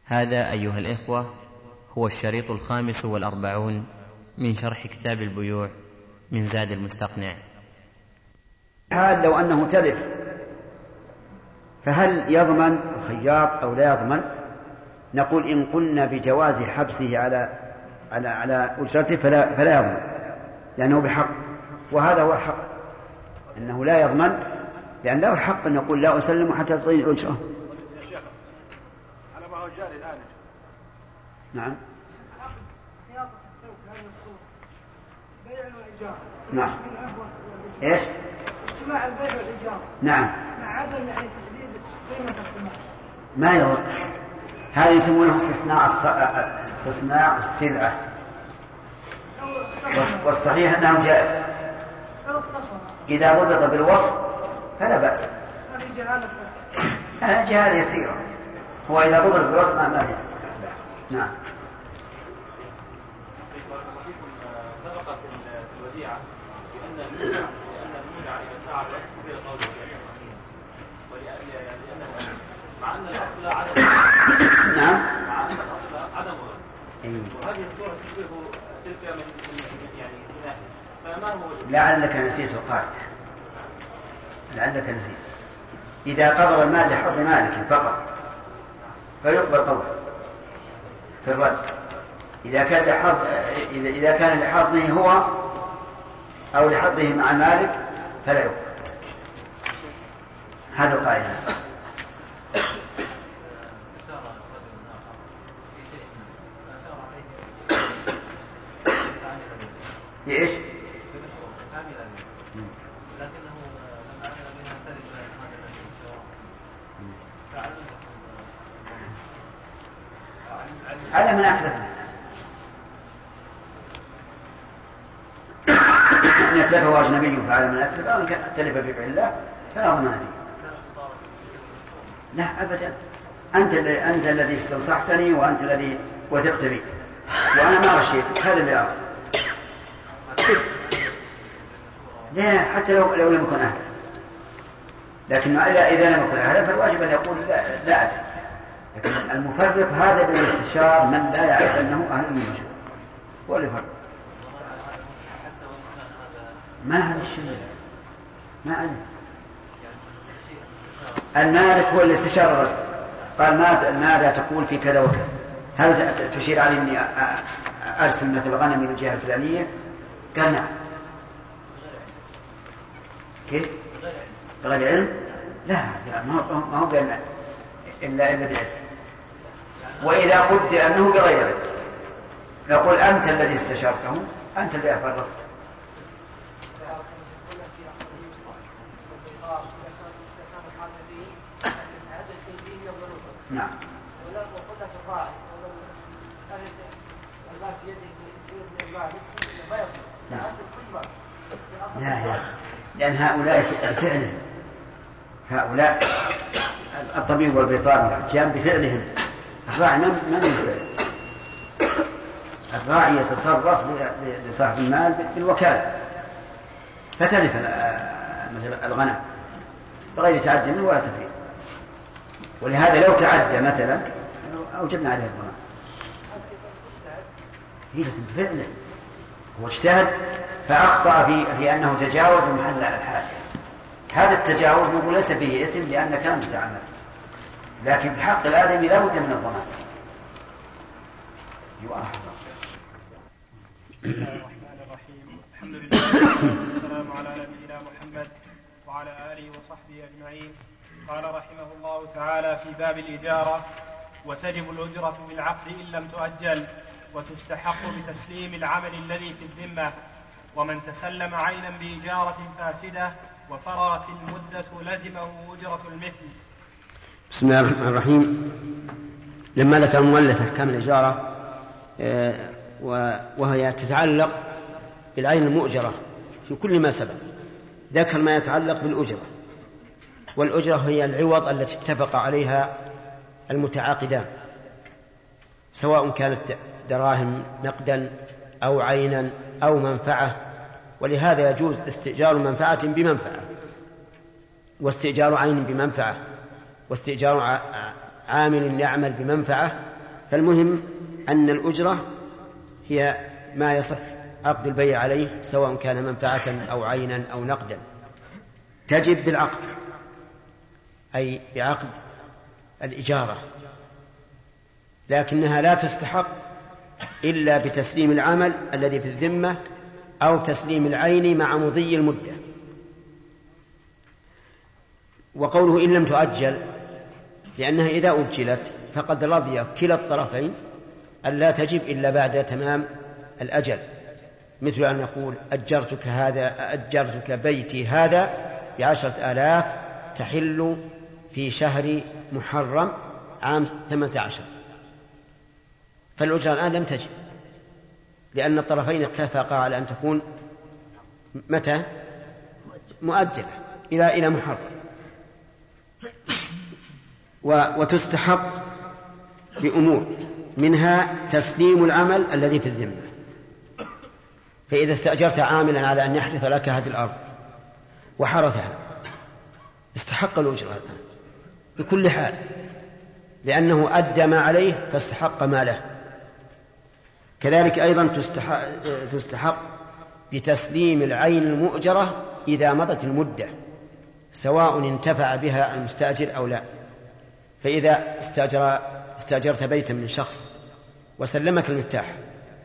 هذا أيها الإخوة هو الشريط 45 من شرح كتاب البيوع من زاد المستقنع. لو أنه تلف فهل يضمن الخياط أو لا يضمن؟ نقول إن قلنا بجواز حبسه على أجرته فلا يضمن، لأنه بحق، وهذا هو الحق، أنه لا يضمن، لأن له الحق أن يقول لا أسلم حتى تعطيني الأجرة. على ما هو جاري الآن. نعم. خياطة الثوب هذه الصورة بيع والإيجار. نعم. إيش؟ اجتماع البيع والإيجار. نعم. مع عدم تحديد قيمة الثمن. ما يضر. هذا يسمونه استصناع السلعة، والصحيح أنه جائز إذا ضبط بالوصف فلا بأس. هذه جهالة. جهالة يسيرة، هو إذا ضبط بالوصف ما هي. نعم. سبق في الوديعة لأن المودع إذا تعرض غير قوله مع أن الأصل عدم. نعم. مع أن الأصل عدم. وهذه الصورة تشبه تلك من يعني فما هو؟ لعلك نسيت القاعدة. لعلك نسيت. إذا قبض المال لحظ مالك فقط فيقبل قوله في الرد. إذا كان لحظه هو أو لحظه مع مالك فلا يقبل. هذا القاعدة. ليش؟ على من أتلف أن يتلفه أجنبي فعلى من أتلف، أو أن تلف بفعل الله فلا ضمان فيه. لا أبدا، أنت الذي استنصحتني وأنت الذي وثقت بي وأنا ما غشيتك، هذا اللي أرى. لا، حتى لو لم يكن أهلا، لكن إذا لم يكن أهلا فالواجب أن يقول لا أدري. لكن المفرط هذا بالاستشار من لا يعرف أنه أهل من المشروع، هو اللي فرط. ما هذا الشيء، ما أدري. المالك هو اللي استشار الرجل، قال ماذا تقول في كذا وكذا؟ هل تشير علي أني أرسم مثل غنم من الجهة الفلانية؟ قال نعم. كيف؟ بغير علم؟ لا ما هو قال إلا بعلم. وإذا قدر أنه بغير علم نقول أنت الذي استشرته، أنت الذي أفرقت. نعم. لا، لأن هؤلاء فعلهم، هؤلاء الطبيب والبيطار والحجام بفعلهم. الراعي من يفعل؟ الراعي يتصرف لصاحب المال بالوكالة، فتلف مثل الغنم بغير تعدي منه ولا تفريط. ولهذا لو تعدى مثلا أوجبنا عليه الضمان. هي بفعله، هو اجتهد فأخطأ في أنه تجاوز محل الحاجة. هذا التجاوز نقول ليس به إثم لأن كان متعمد، لكن بحق الآدمي لا بد من الضمان. بسم الله الرحمن الرحيم. الحمد لله والسلام على نبينا محمد وعلى آله وصحبه أجمعين. قال رحمه الله تعالى في باب الإجارة: وتجب الأجرة بالعقد إن لم تؤجل، وتستحق بتسليم العمل الذي في الذمة، ومن تسلم عينا بإجارة فاسدة وفرغت المدة لزمه أجرة المثل. بسم الله الرحمن الرحيم. لما ذكر المؤلف أحكام الإجارة وهي تتعلق بالعين المؤجرة في كل ما سبق، ذكر ما يتعلق بالأجرة، والأجرة هي العوض التي اتفق عليها المتعاقدان، سواء كانت دراهم نقدا أو عينا أو منفعة. ولهذا يجوز استئجار منفعة بمنفعة، واستئجار عين بمنفعة، واستئجار عامل يعمل بمنفعة، فالمهم أن الأجرة هي ما يصح عقد البيع عليه سواء كان منفعة أو عينا أو نقدا، تجب بالعقد أي بعقد الإجارة، لكنها لا تستحق إلا بتسليم العمل الذي في الذمة أو تسليم العين مع مضي المدة. وقوله إن لم تؤجل لأنها إذا أجلت فقد رضي كلا الطرفين أن لا تجب إلا بعد تمام الأجل، مثل أن يقول أجرتك بيتي هذا ب10,000 تحل في شهر محرم عام 18، فالأجرة الآن لم تجب لأن الطرفين اتفقا على أن تكون متى مؤجلة إلى محرم. وتستحق بأمور منها تسليم العمل الذي في الذمة، فإذا استأجرت عاملا على أن يحرث لك هذه الأرض وحرثها استحق الأجرة الآن بكل حال، لأنه أدى ما عليه فاستحق ما له. كذلك أيضا تستحق بتسليم العين المؤجرة إذا مضت المدة سواء انتفع بها المستأجر أو لا. فإذا استأجرت بيتا من شخص وسلمك المفتاح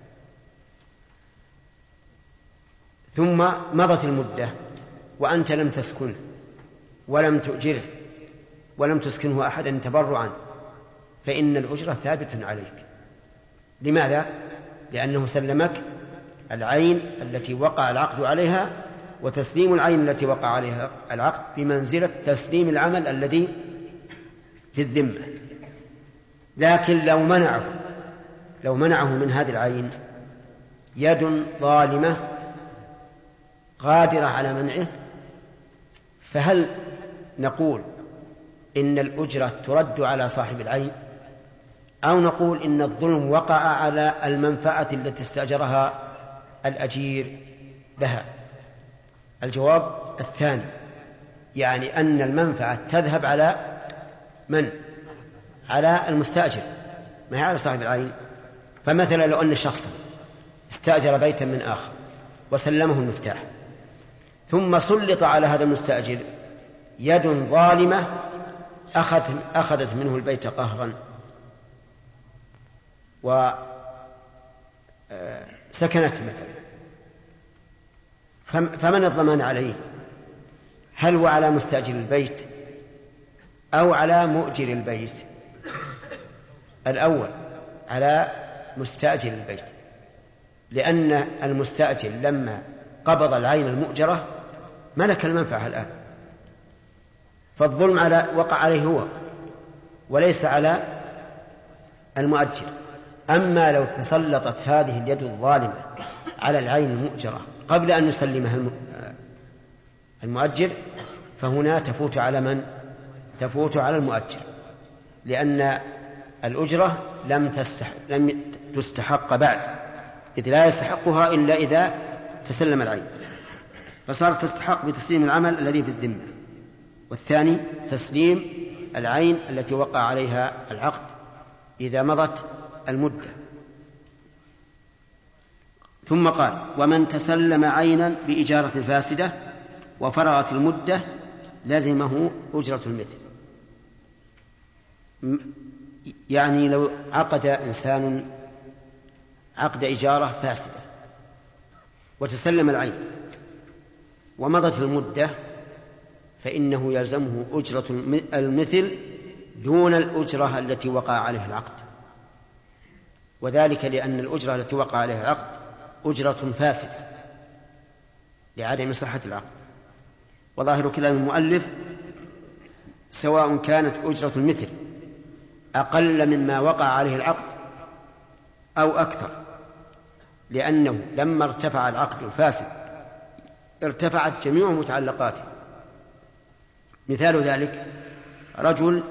ثم مضت المدة وأنت لم تسكنه ولم تؤجره ولم تسكنه أحدا تبرعا، فإن الأجرة ثابتة عليك. لماذا؟ لأنه سلمك العين التي وقع العقد عليها، وتسليم العين التي وقع عليها العقد بمنزلة تسليم العمل الذي في الذمة. لكن لو منعه من هذه العين يد ظالمة قادرة على منعه، فهل نقول إن الأجرة ترد على صاحب العين، أو نقول إن الظلم وقع على المنفعة التي استأجرها الأجير لها؟ الجواب الثاني، يعني أن المنفعة تذهب على من؟ على المستأجر، ما هي على صاحب العين. فمثلا لو أن شخصا استأجر بيتا من آخر وسلمه المفتاح ثم سلط على هذا المستأجر يد ظالمة أخذت منه البيت قهرا وسكنت مثلا، فمن الضمان عليه؟ هل هو على مستأجر البيت أو على مؤجر البيت؟ الأول على مستأجر البيت، لأن المستأجر لما قبض العين المؤجرة ملك المنفعة الآن، فالظلم وقع عليه هو وليس على المؤجر. أما لو تسلطت هذه اليد الظالمة على العين المؤجرة قبل أن يسلمها المؤجر فهنا تفوت على من؟ تفوت على المؤجر، لأن الأجرة لم تستحق بعد، إذ لا يستحقها إلا إذا تسلم العين، فصارت تستحق بتسليم العمل الذي في الذمة. والثاني تسليم العين التي وقع عليها العقد إذا مضت المدة. ثم قال: ومن تسلم عينا بإجارة فاسدة وفرغت المدة لزمه أجرة المثل. يعني لو عقد إنسان عقد إجارة فاسدة وتسلم العين ومضت المدة فإنه يلزمه أجرة المثل دون الأجرة التي وقع عليها العقد، وذلك لأن الأجرة التي وقع عليها العقد أجرة فاسدة لعدم صحة العقد. وظاهر كلام المؤلف سواء كانت أجرة المثل أقل مما وقع عليه العقد أو أكثر، لأنه لما ارتفع العقد الفاسد ارتفعت جميع متعلقاته. مثال ذلك رجل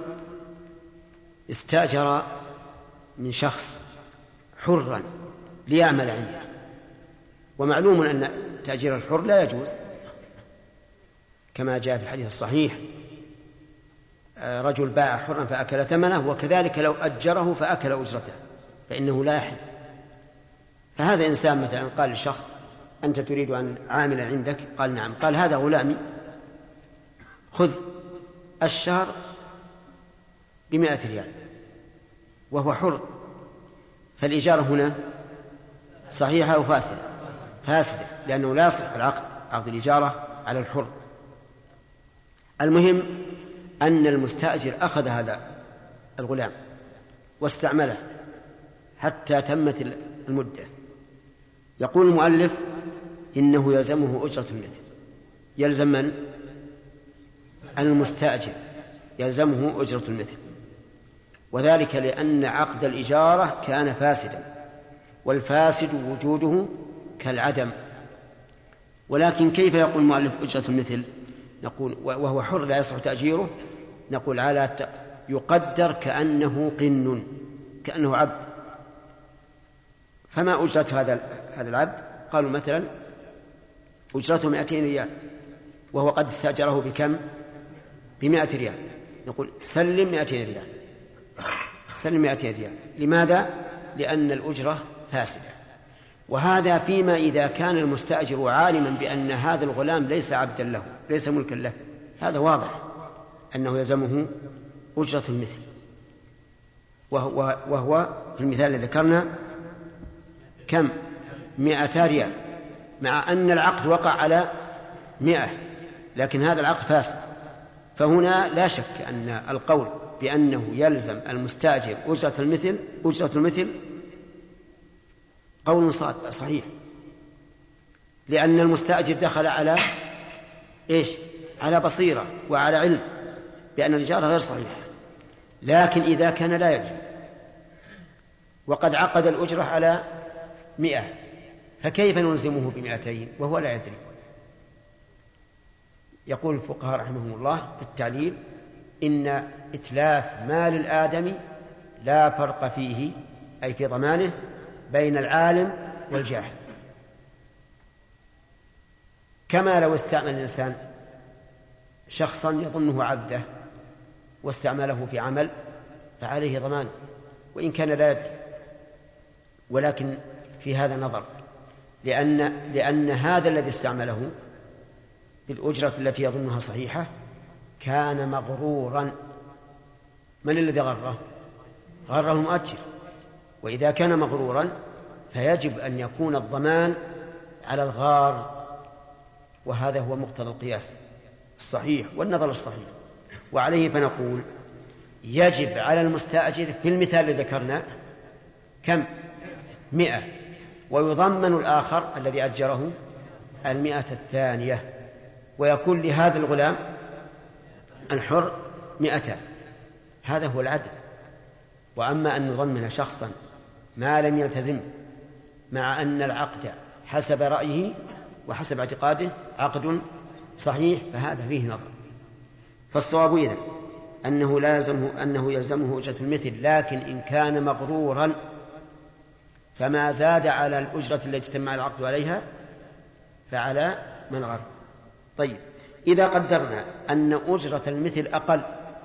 استأجر من شخص حرا ليعمل عنده، ومعلوم أن تأجير الحر لا يجوز كما جاء في الحديث الصحيح: رجل باع حرا فأكل ثمنه، وكذلك لو أجره فأكل أجرته فإنه لا يحل. فهذا إنسان مثلا قال للشخص: أنت تريد أن عامل عندك؟ قال: نعم. قال: هذا غلامي، خذ الشهر ب100 ريال، وهو حر. فالإجارة هنا صحيحة أو فاسدة؟ فاسدة، لأنه لا يصح عقد الإجارة على الحر. المهم أن المستأجر أخذ هذا الغلام واستعمله حتى تمت المدة. يقول المؤلف: إنه يلزمه أجرة المثل. يلزم من؟ المستأجر، يلزمه أجرة المثل، وذلك لأن عقد الإجارة كان فاسدا، والفاسد وجوده كالعدم. ولكن كيف يقول المؤلف أجرة المثل؟ نقول وهو حر لا يصح تأجيره، نقول على يقدر كأنه قن، كأنه عبد. فما أجرة هذا العبد؟ قالوا مثلا أجرته 200 ريال، وهو قد استأجره بكم؟ ب100 ريال. نقول سلم 200 ريال، سلم 200 ريال. لماذا؟ لأن الأجرة فاسدة. وهذا فيما إذا كان المستأجر عالما بأن هذا الغلام ليس عبدا له، ليس ملكا له، هذا واضح أنه يلزمه أجرة المثل. وهو في المثال الذي ذكرنا كم؟ 200 ريال، مع أن العقد وقع على 100، لكن هذا العقد فاسد. فهنا لا شك أن القول بأنه يلزم المستأجر أجرة المثل قول صحيح، لأن المستأجر دخل على إيش؟ على بصيرة وعلى علم بأن الإجارة غير صحيحة. لكن إذا كان لا يدري وقد عقد الأجرة على 100، فكيف نلزمه ب200 وهو لا يدري؟ يقول الفقهاء رحمهم الله في التعليل: إن إتلاف مال الآدمي لا فرق فيه، أي في ضمانه، بين العالم والجاهل. كما لو استعمل الإنسان شخصا يظنه عبده واستعمله في عمل فعليه ضمان وإن كان لا يدري. ولكن في هذا نظر، لأن هذا الذي استعمله بالأجرة التي يظنها صحيحة كان مغرورا. من الذي غره؟ غره المؤجر. وإذا كان مغرورا فيجب أن يكون الضمان على الغار، وهذا هو مقتضى القياس الصحيح والنظر الصحيح. وعليه فنقول يجب على المستأجر في المثال الذي ذكرنا كم؟ 100، ويضمن الآخر الذي أجره 100 الثانية، ويكون لهذا الغلام الحر 200. هذا هو العدل. وأما أن نضمن شخصا ما لم يلتزم، مع أن العقد حسب رأيه وحسب اعتقاده عقد صحيح، فهذا فيه نظر. فالصواب إذن أنه يلزمه أجرة المثل، لكن إن كان مغرورا فما زاد على الأجرة التي تم العقد عليها فعلى من غر. طيب، إذا قدرنا أن أجرة المثل أقل،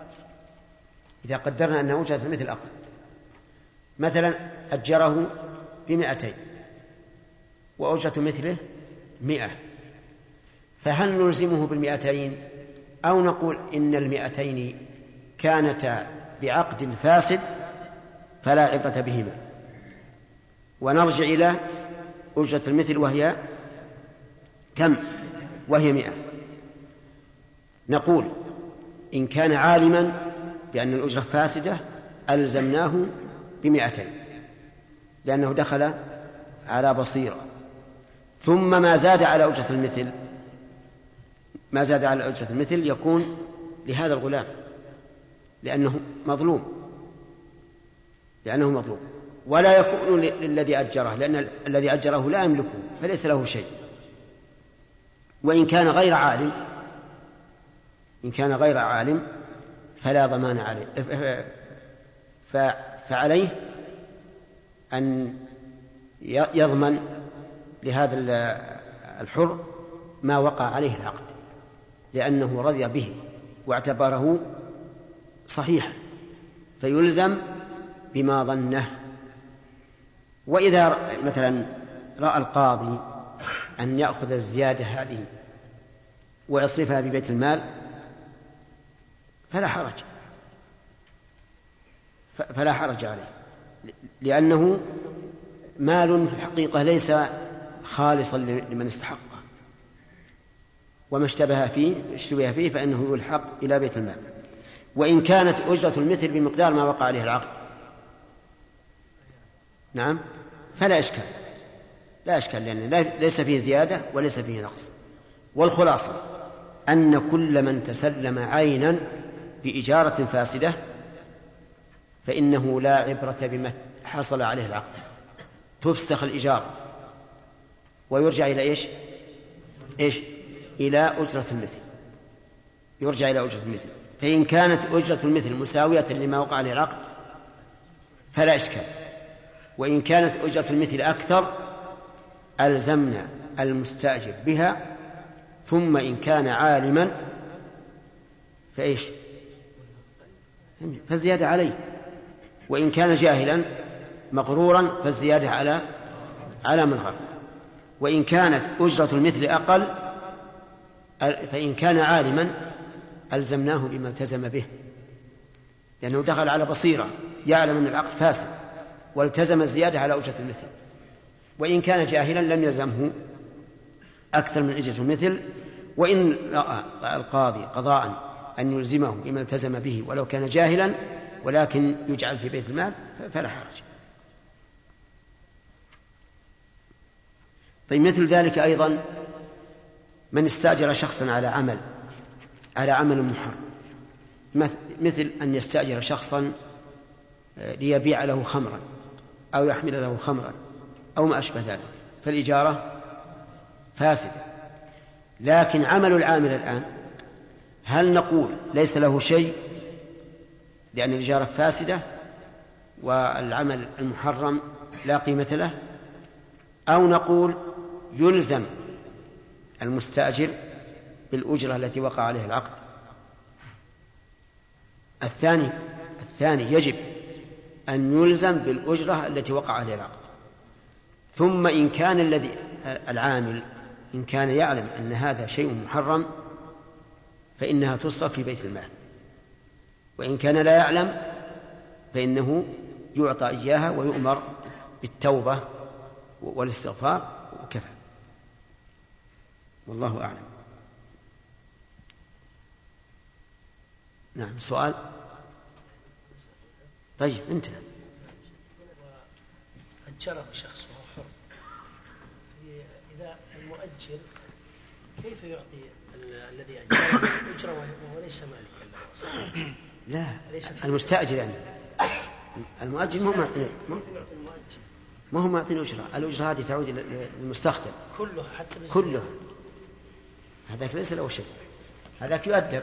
مثلا أجره ب200 وأجرة مثله 100، فهل نلزمه بال200 أو نقول إن ال200 كانتا بعقد فاسد فلا عبرة بهما، ونرجع إلى أجرة المثل وهي كم؟ وهي 100. نقول إن كان عالما بأن الأجرة فاسدة ألزمناه ب200 لأنه دخل على بصيرة. ثم ما زاد على أجرة المثل يكون لهذا الغلام لأنه مظلوم، ولا يكون للذي أجره، لأن الذي أجره لا يملكه فليس له شيء. وإن كان غير عالم فلا ضمان عليه، فعليه أن يضمن لهذا الحر ما وقع عليه العقد، لأنه رضي به واعتبره صحيحة فيلزم بما ظنه. وإذا مثلا رأى القاضي أن يأخذ الزيادة هذه ويصرفها ببيت المال فلا حرج عليه، لأنه مال في الحقيقة ليس خالصا لمن استحقه، وما اشتبه فيه فإنه يلحق إلى بيت المال، وإن كانت أجرة المثل بمقدار ما وقع عليه العقد. نعم، فلا إشكال، لا إشكال، لأن ليس فيه زيادة وليس فيه نقص. والخلاصة أن كل من تسلم عينا بإجارة فاسدة فإنه لا عبرة بما حصل عليه العقد، تفسخ الإجارة ويرجع إلى إيش؟ إلى أجرة المثل، يرجع إلى أجرة المثل. فإن كانت أجرة المثل مساوية لما وقع عليه العقد فلا إشكال، وإن كانت أجرة المثل أكثر ألزمنا المستأجر بها، ثم إن كان عالما فالزيادة عليه، وإن كان جاهلا مغرورا فالزيادة على من غرر. وإن كانت أجرة المثل أقل فإن كان عالما ألزمناه بما التزم به، لأنه دخل على بصيرة يعلم أن العقد فاسد والتزم الزيادة على أجرة المثل. وإن كان جاهلا لم يلزمه أكثر من أجرة المثل، وإن رأى القاضي قضاء أن يلزمه بما التزم به ولو كان جاهلا ولكن يجعل في بيت المال فلا حرج. طيب، مثل ذلك أيضا من استأجر شخصا على عمل محرم، مثل أن يستأجر شخصا ليبيع له خمرا أو يحمل له خمرا أو ما أشبه ذلك، فالإجارة فاسدة. لكن عمل العامل الآن هل نقول ليس له شيء لأن الإجارة فاسدة والعمل المحرم لا قيمة له، أو نقول يلزم المستأجر بالأجرة التي وقع عليه العقد؟ الثاني يجب أن يلزم بالأجرة التي وقع عليه العقد. ثم إن كان العامل إن كان يعلم أن هذا شيء محرم فإنها تصرف في بيت المال، وإن كان لا يعلم فإنه يعطى إياها ويؤمر بالتوبة والاستغفار وكفى. والله أعلم. نعم، سؤال. طيب، انتهى. أجره شخص وهو حر، إذا المؤجر كيف يعطي الذي أجره أجرة وهو ليس مالكا له؟ لا، المستأجر يعني المؤجر ما هو معطي أجرة. الأجرة هذه تعود للمستخدم كله، هذاك ليس له شيء، هذاك يؤدب.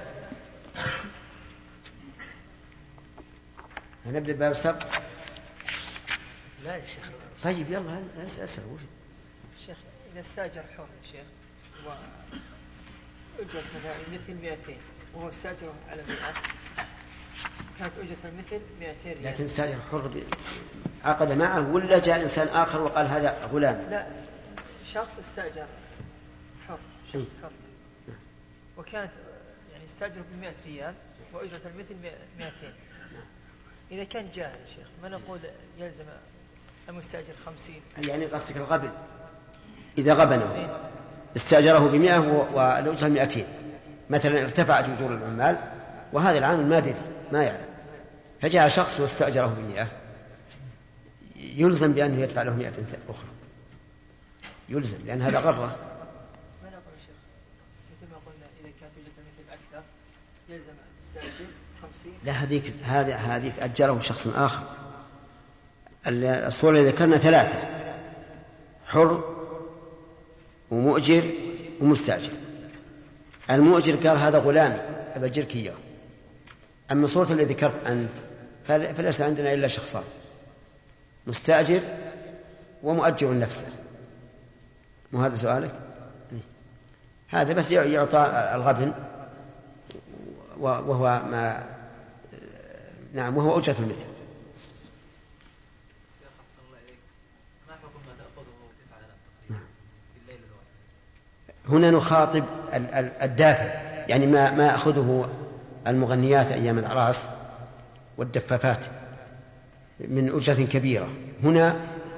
هنبدأ باب السبق. لا يا شيخ. طيب، يلا أسأل. شيخ، إذا استأجر حر يا شيخ وأجرة مثل 200 وهو استأجره على 100، كانت أجرة المثل 200 ريال، لكن استأجر حر عقد معه ولا جاء إنسان آخر وقال هذا غلام؟ لا، شخص استأجر حر، شخص حر، وكانت يعني استأجره ب100 ريال وأجرة المثل 200. إذا كان جاهل يا شيخ ما نقول يلزم المستأجر 50؟ يعني قصدك الغبن، إذا غبنه استأجره ب100 والأجرة 200 مثلا، ارتفعت أجور العمال وهذا العامل ما دري ما يعلم، فجاء شخص واستأجره ب100 يلزم بأنه يدفع له 100 أخرى، يلزم لأن هذا غرة. ما نقول يا شيخ مثل ما قلنا إذا كانت أجرة المثل أكثر يلزم المستأجر 50؟ لا، هذيك أجره شخص آخر. الصورة اللي ذكرنا 3: حر ومؤجر ومستأجر. المؤجر قال هذا غلامي أبجرك إياه. أما الصورة اللي ذكرت أنت فليس عندنا إلا شخصان: مستأجر ومؤجر نفسه. وهذا سؤالك؟ هذا بس يعطى الغبن، وهو ما نعم، وهو أجرة المثل. ما حكم ما تأخذه 9,000 في الليل الواحد؟ هنا نخاطب الدافع، يعني ما أخذه المغنيات أيام الأعراس والدفافات من أجرة كبيرة. هنا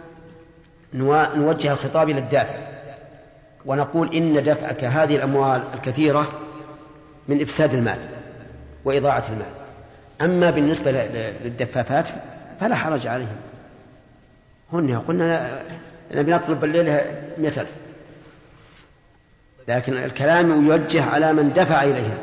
نوجه الخطاب إلى الدافع ونقول إن دفعك هذه الأموال الكثيرة من إفساد المال وإضاعة المال. أما بالنسبة للدفافات فلا حرج عليهم. هن قلنا نبي نطلب بالليل 100,000، لكن الكلام يوجه على من دفع إليهم.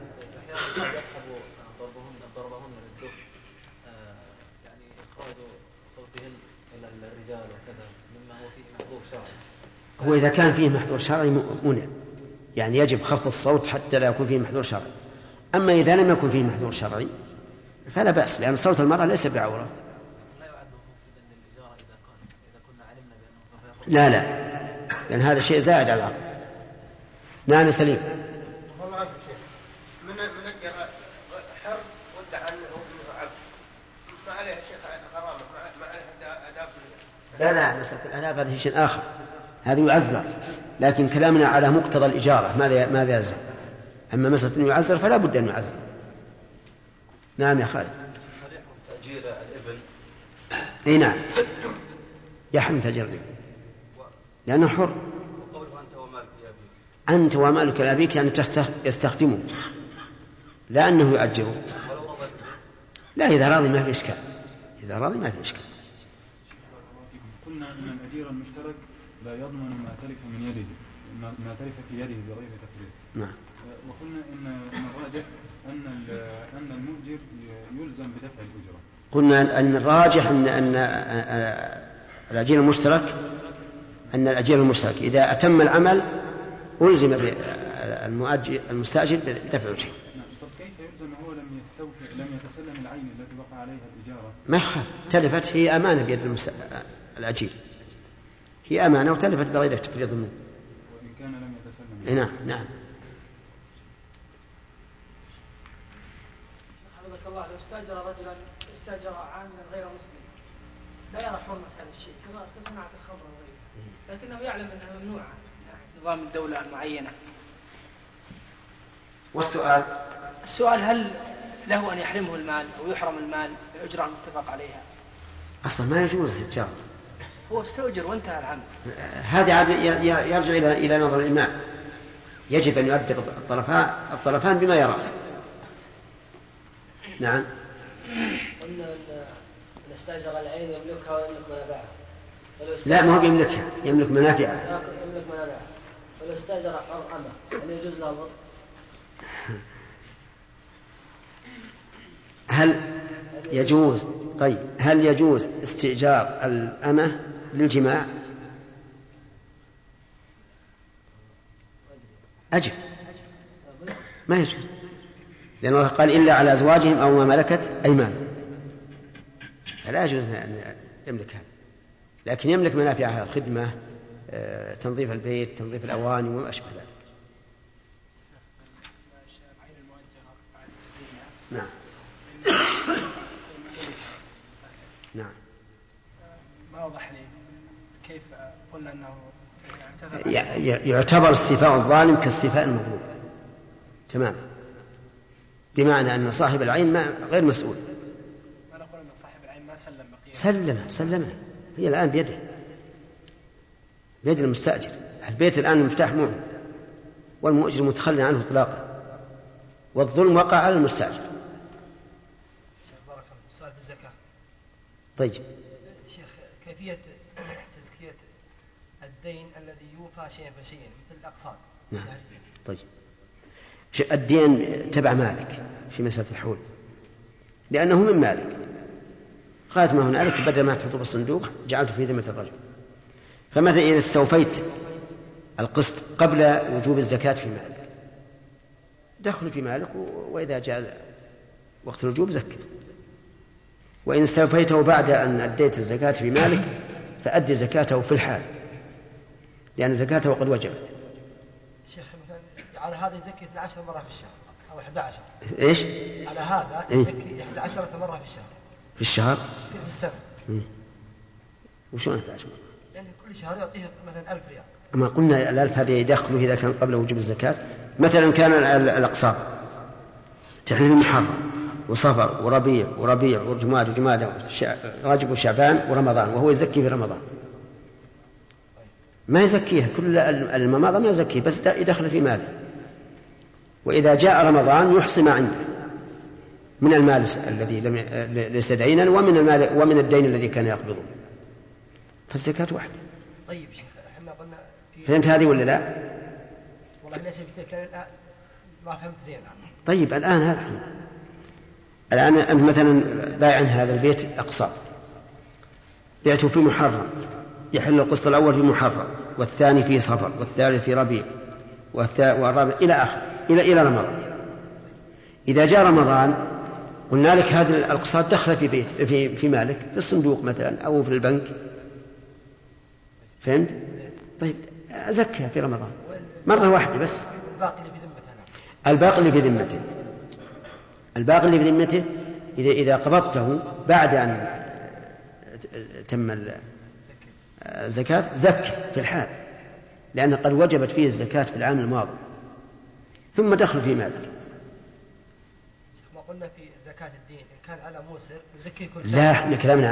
ضربهن للدف، يعني إخراج صوتهن إلى الرجال وكذا مما هو فيه محظور شرعي. هو إذا كان فيه محظور شرعي منع، يعني يجب خفض الصوت حتى لا يكون فيه محظور شرعي. أما إذا لم يكن فيه محظور شرعي فلا بأس، لأن صوت المرأة ليس بعورة. لا يعد مفسدا للإجارة إذا كنا علمنا بأنه سوف يأخذ. لا، لأن هذا شيء زائد على العقل. نعم سليم. والله عارف شيء من حر ودع عنه عبد ما عليه شيخ غرامة، ما عليه آداب. لا، مسألة الآداب هذا شيء آخر، هذا يعزر، لكن كلامنا على مقتضى الإجارة ماذا يلزم. أما مسألة أن يعزر فلا بد أن يعزر. نعم يا خالد. هل يحرم تأجير الإبل؟ اي نعم، يحرم تأجير الإبل لأنه حر. وقوله أنت ومالك لأبيك. أنت ومالك لأبيك يعني يستخدمه، لا أنه يؤجره. لا، إذا راضي ما في إشكال، إذا راضي ما في إشكال. قلنا أن الأجير المشترك لا يضمن ما تلف من يده، ما تلف في يده بغير تفريط. نعم. وقلنا إن الراجح أن المؤجر يلزم بدفع الأجرة. قلنا أن الراجح أن الأجير المشترك إذا أتم العمل ألزم المستأجر بدفع الأجرة. طب كيف يلزم هو لم يتسلم العين التي وقع عليها الإجارة؟ ما يخاف، تلفت، هي أمانة بيد الأجير، هي أمانة وتلفت بغير تفريط منه وإن كان لم يتسلم. نعم. حفظك الله، لو استأجر عاملا غير مسلم لا يرى حرمة هذا الشيء كصناعة الخمر وغيره، لكنه يعلم أنها ممنوعة نظام الدولة المعينة. السؤال هل له أن يحرمه المال أو يحرم المال بالأجرة المتفق عليها؟ أصلا ما يجوز التجارة، هو استأجر وانتهى العمل. هذا عاد يرجع إلى نظر الإمام. يجب أن يؤدب الطرفان بما يرى. نعم. قلنا أن استأجر العين يملكها ويملك منافعها. لا، ما هو يملكها، يملك منافعها. يملك منافعها. ولو استأجر حر أمة هل يجوز له الوضع؟ هل يجوز استئجار الأمة للجماع؟ أجب ما يجوز، لأن الله قال إلا على أزواجهم أو ما ملكت أيمانهم، فلا يجوز أن يملكها، لكن يملك منافعها، خدمة، تنظيف البيت، تنظيف الأواني وما أشبه ذلك. نعم. نعم. ما وضح لي كيف قلنا أنه يعتبر استيفاء الظالم كاستيفاء المظلوم تمام، بمعنى أن صاحب العين غير مسؤول. ما نقول أن صاحب العين ما سلم بقيمة. سلمه هي الآن بيد المستأجر. البيت الآن المفتاح معه والمؤجر متخلى عنه إطلاقا، والظلم وقع على المستأجر. سؤال في الزكاة. طيب شيخ، كيفية تزكية الدين الذي يوفى شيئا فشيئا مثل الأقساط؟ نعم. طيب الدين تبع مالك في مسألة الحول، لأنه من مالك، غاية ما هنالك بدل ما تحطه بالصندوق جعلته في ذمة الرجل. فمثلا إذا استوفيت القسط قبل وجوب الزكاة في مالك دخل في مالك، وإذا جاء وقت الوجوب زكي. وإن استوفيته بعد أن أديت الزكاة في مالك فأدي زكاته في الحال، لأن زكاته قد وجبت. شيخ مثلا على هذه زكية 10 مرات في الشهر أو 11. إيش؟ على هذا يزكي 11 مرة في الشهر. في الشهر؟ في السنة. وشون 11 مرة؟ يعني كل شهر يعطيه مثلا 1000 ريال. ما قلنا الألف هذه يدخله إذا كان قبل وجوب الزكاة. مثلا كان الأقساط تحريم محرم وصفر وربيع وجماد وجمادى رجب وشعبان ورمضان، وهو يزكي في رمضان. ما يزكيها كل المماضة، ما يزكيه، بس يدخل في ماله. وإذا جاء رمضان يحصي ما عنده من المال الذي ليس دينا ومن الدين الذي كان يقبضه، فالزكاة واحدة. طيب شيخ، احنا قلنا فهمت هذه ولا لا؟ والله ليس بتلك ما فهمت زين. طيب الآن أنت مثلا بايع هذا البيت أقساط، بعته في محرم، يحل القسط الأول في محرم، والثاني في صفر، والثالث في ربيع، والرابع إلى آخر إلى رمضان. إذا جاء رمضان قلنا لك هذه الأقساط دخل في بيت في مالك، في الصندوق مثلا أو في البنك. فهمت؟ طيب أزكها في رمضان مرة واحدة بس. الباقي اللي في ذمته إذا قبضته بعد أن تم الزكاة زك في الحال، لأن قد وجبت فيه الزكاة في العام الماضي، ثم دخل في مالك. ما قلنا في زكاة الدين إن كان على موسر يزكي كل سنة. لا، احنا كلامنا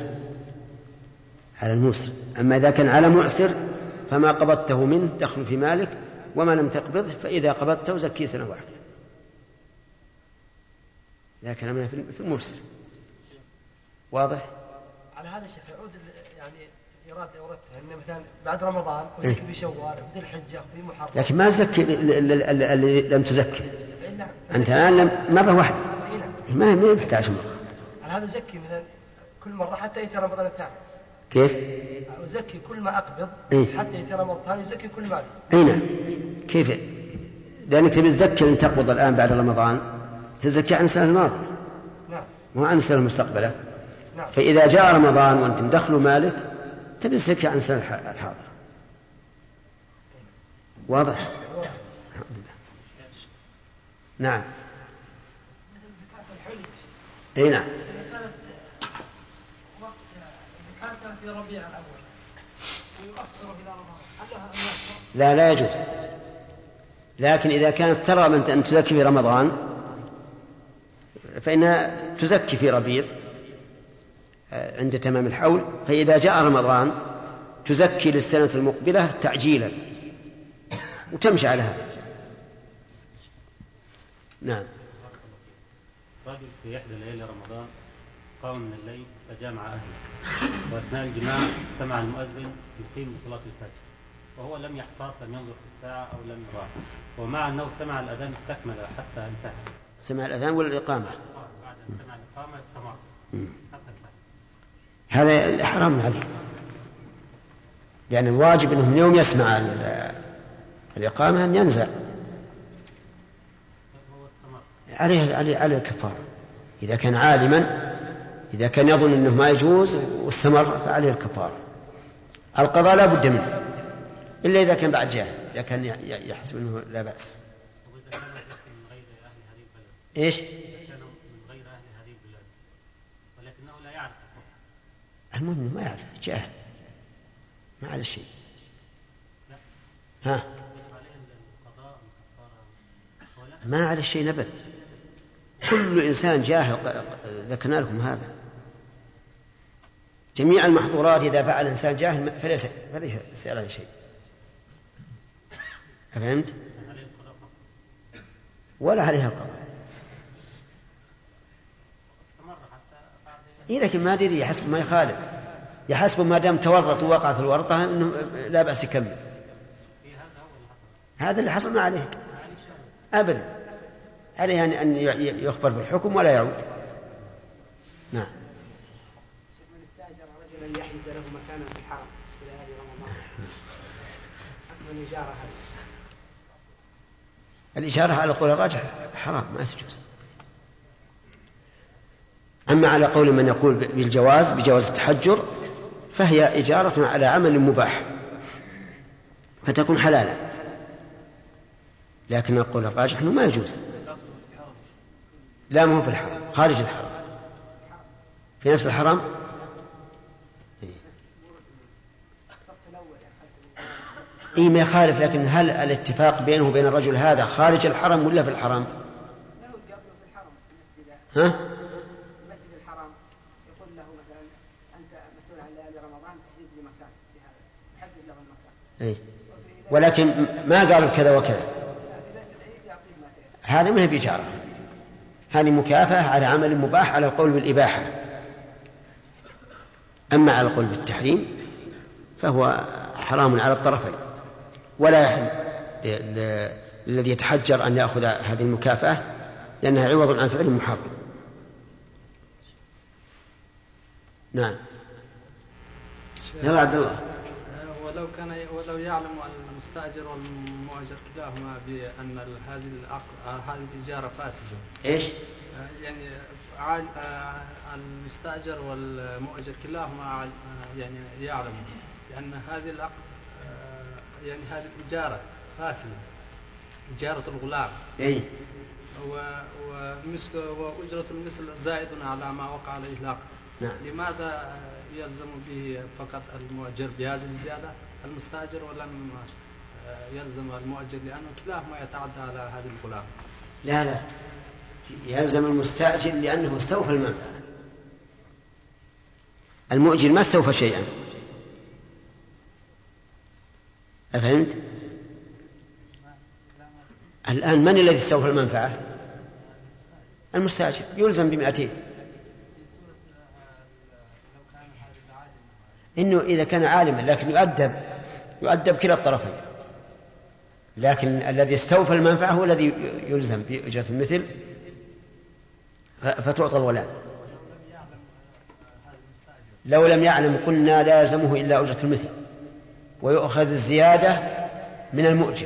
على الموسر. أما إذا كان على معسر فما قبضته منه دخل في مالك، وما لم تقبضه فإذا قبضته زكي سنة واحدة. لا، كلامنا في الموسر. واضح؟ على هذا الشيء يعود يعني إرادة أن مثلا بعد رمضان وزكي في شوال وفي الحجة وفي محرم، لكن ما زكي اللي لم تزكي. أنت الآن مرة واحدة، ما يحتاج مرة. على هذا زكي مثلا كل مرة حتى يأتي رمضان الثاني. كيف؟ وزكي كل ما أقبض حتى يأتي رمضان الثاني يزكي كل مالي. أين؟ كيف؟ لأنك تبي تزكي أن تقبض الآن بعد رمضان تزكي عن السنة الماضية. نعم. مو عن السنة المستقبلة. نعم. فإذا جاء رمضان وأنت مدخل مالك تبي تزكي عن السنة الحاضرة. واضح؟ الحمد لله. نعم. أي نعم. في ربيع الأول ويؤخر إلى رمضان. لا يجوز. لكن إذا كانت ترى أن تزكي في رمضان فإنها تزكي في ربيع عند تمام الحول، فإذا جاء رمضان تزكي للسنة المقبلة تعجيلا وتمشي على هذا. نعم. رجل في إحدى ليالي رمضان قام من الليل فجامع أهله، وأثناء الجماع سمع المؤذن يقيم بصلاة الفجر، وهو لم يحتاط، لم ينظر في الساعة أو لم يراها، ومع أنه سمع الأذان استكمل حتى انتهى. سمع الأذان ولا الإقامة؟ بعد أن سمع الإقامة استمر حتى انتهى. هذا حرام عليه، لأن الواجب أنه من يوم يسمع الإقامة أن ينزع عليه الكفارة. إذا كان عالما، إذا كان يظن أنه ما يجوز واستمر فعليه الكفارة. القضاء لا بد منه إلا إذا كان بعد جاهل، إذا كان يحسب أنه لا بأس. وإذا كان من غير أهل هذه البلد. إيش؟ إذا كان من غير أهل هذه البلاد ولكنه لا يعرف المهم ما يعرف، جاهل ما على شيء. ها؟ ما على شيء نبت. كل إنسان جاهل، ذكرنا لكم هذا. جميع المحظورات إذا فعل إنسان جاهل فليس عليه شيء. فهمت؟ ولا عليها القضاء. لكن ما أدري، يحسب ما يخالف، يحسب ما دام تورط ووقع في الورطة إنه لا بأس يكمل. هذا اللي حصل ما عليه أبدا، عليه أن يخبر بالحكم ولا يعود. نعم. من استأجر رجلا يحجز له مكانا في الحرم في ليالي رمضان، حكم الإجارة هذه؟ الإجارة على قول الراجح حرام، ما تجوز. أما على قول من يقول بجواز التحجر فهي إجارة على عمل مباح فتكون حلالا، لكن القول الراجح أنه ما يجوز. لا، ما هو في الحرم، خارج الحرم، في نفس الحرم. إيه ما يخالف، لكن هل الاتفاق بينه وبين الرجل هذا خارج الحرم ولا في الحرم؟ ها؟ المسجد الحرام يقول له مثلا أنت مسؤول عن ليالي رمضان، تحديد لي مكان في هذا، تحدد له المكان. إيه. ولكن ما قالوا كذا وكذا، هذا ما هي بإجارة، هذه مكافأة على عمل مباح على القول بالإباحة. أما على القول بالتحريم فهو حرام على الطرفين، ولا يحل الذي يتحجر أن يأخذ هذه المكافأة لأنها عوض عن فعل محرم. نعم. يا عبد الله. ولو يعلم المستأجر والمؤجر كلاهما بأن هذه الإجارة فاسدة. إيش؟ يعني المستأجر والمؤجر كلاهما يعني يعلم بأن هذه العقد يعني هذه الإجارة فاسدة، إجارة الغلام. إيه. وأجرة المثل زائد على ما وقع عليه العقد. نعم. لماذا يلزم به فقط المؤجر بهذه الزيادة، المستأجر ولم يلزم المؤجر، لأنه كلاهما يتعدى على هذا الغلام؟ لا، يلزم المستأجر لأنه استوفى المنفعة، المؤجر ما استوفى شيئا. أفهمت؟ الآن من الذي استوفى المنفعة؟ المستأجر، يلزم ب200. إنه إذا كان عالما، لكن يؤدب كلا الطرفين، لكن الذي استوفى المنفعة هو الذي يلزم بأجرة المثل فتعطى الولاء. لو لم يعلم قلنا لا يلزمه إلا أجرة المثل، ويؤخذ الزيادة من المؤجر.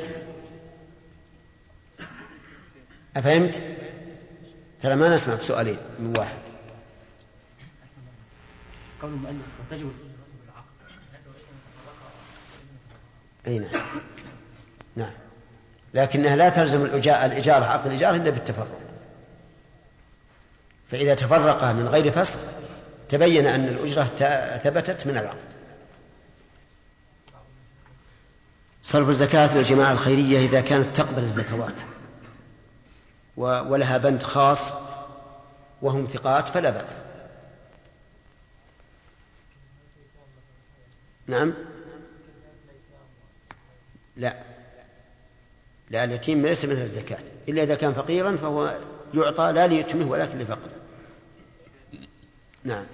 أفهمت؟ ترى ما نسمع بسؤالين من واحد. قول المؤلف وتجب أي نعم. لكنها لا تلزم الإجارة عقد الإجارة إلا بالتفرق، فإذا تفرق من غير فسخ تبين أن الأجرة ثبتت من العقد. صرف الزكاة للجماعة الخيرية إذا كانت تقبل الزكوات ولها بند خاص وهم ثقات فلا بأس. نعم. لا، اليتيم ليس منها الزكاة إلا إذا كان فقيرا، فهو يعطى لا ليتمه ولكن لفقر. نعم.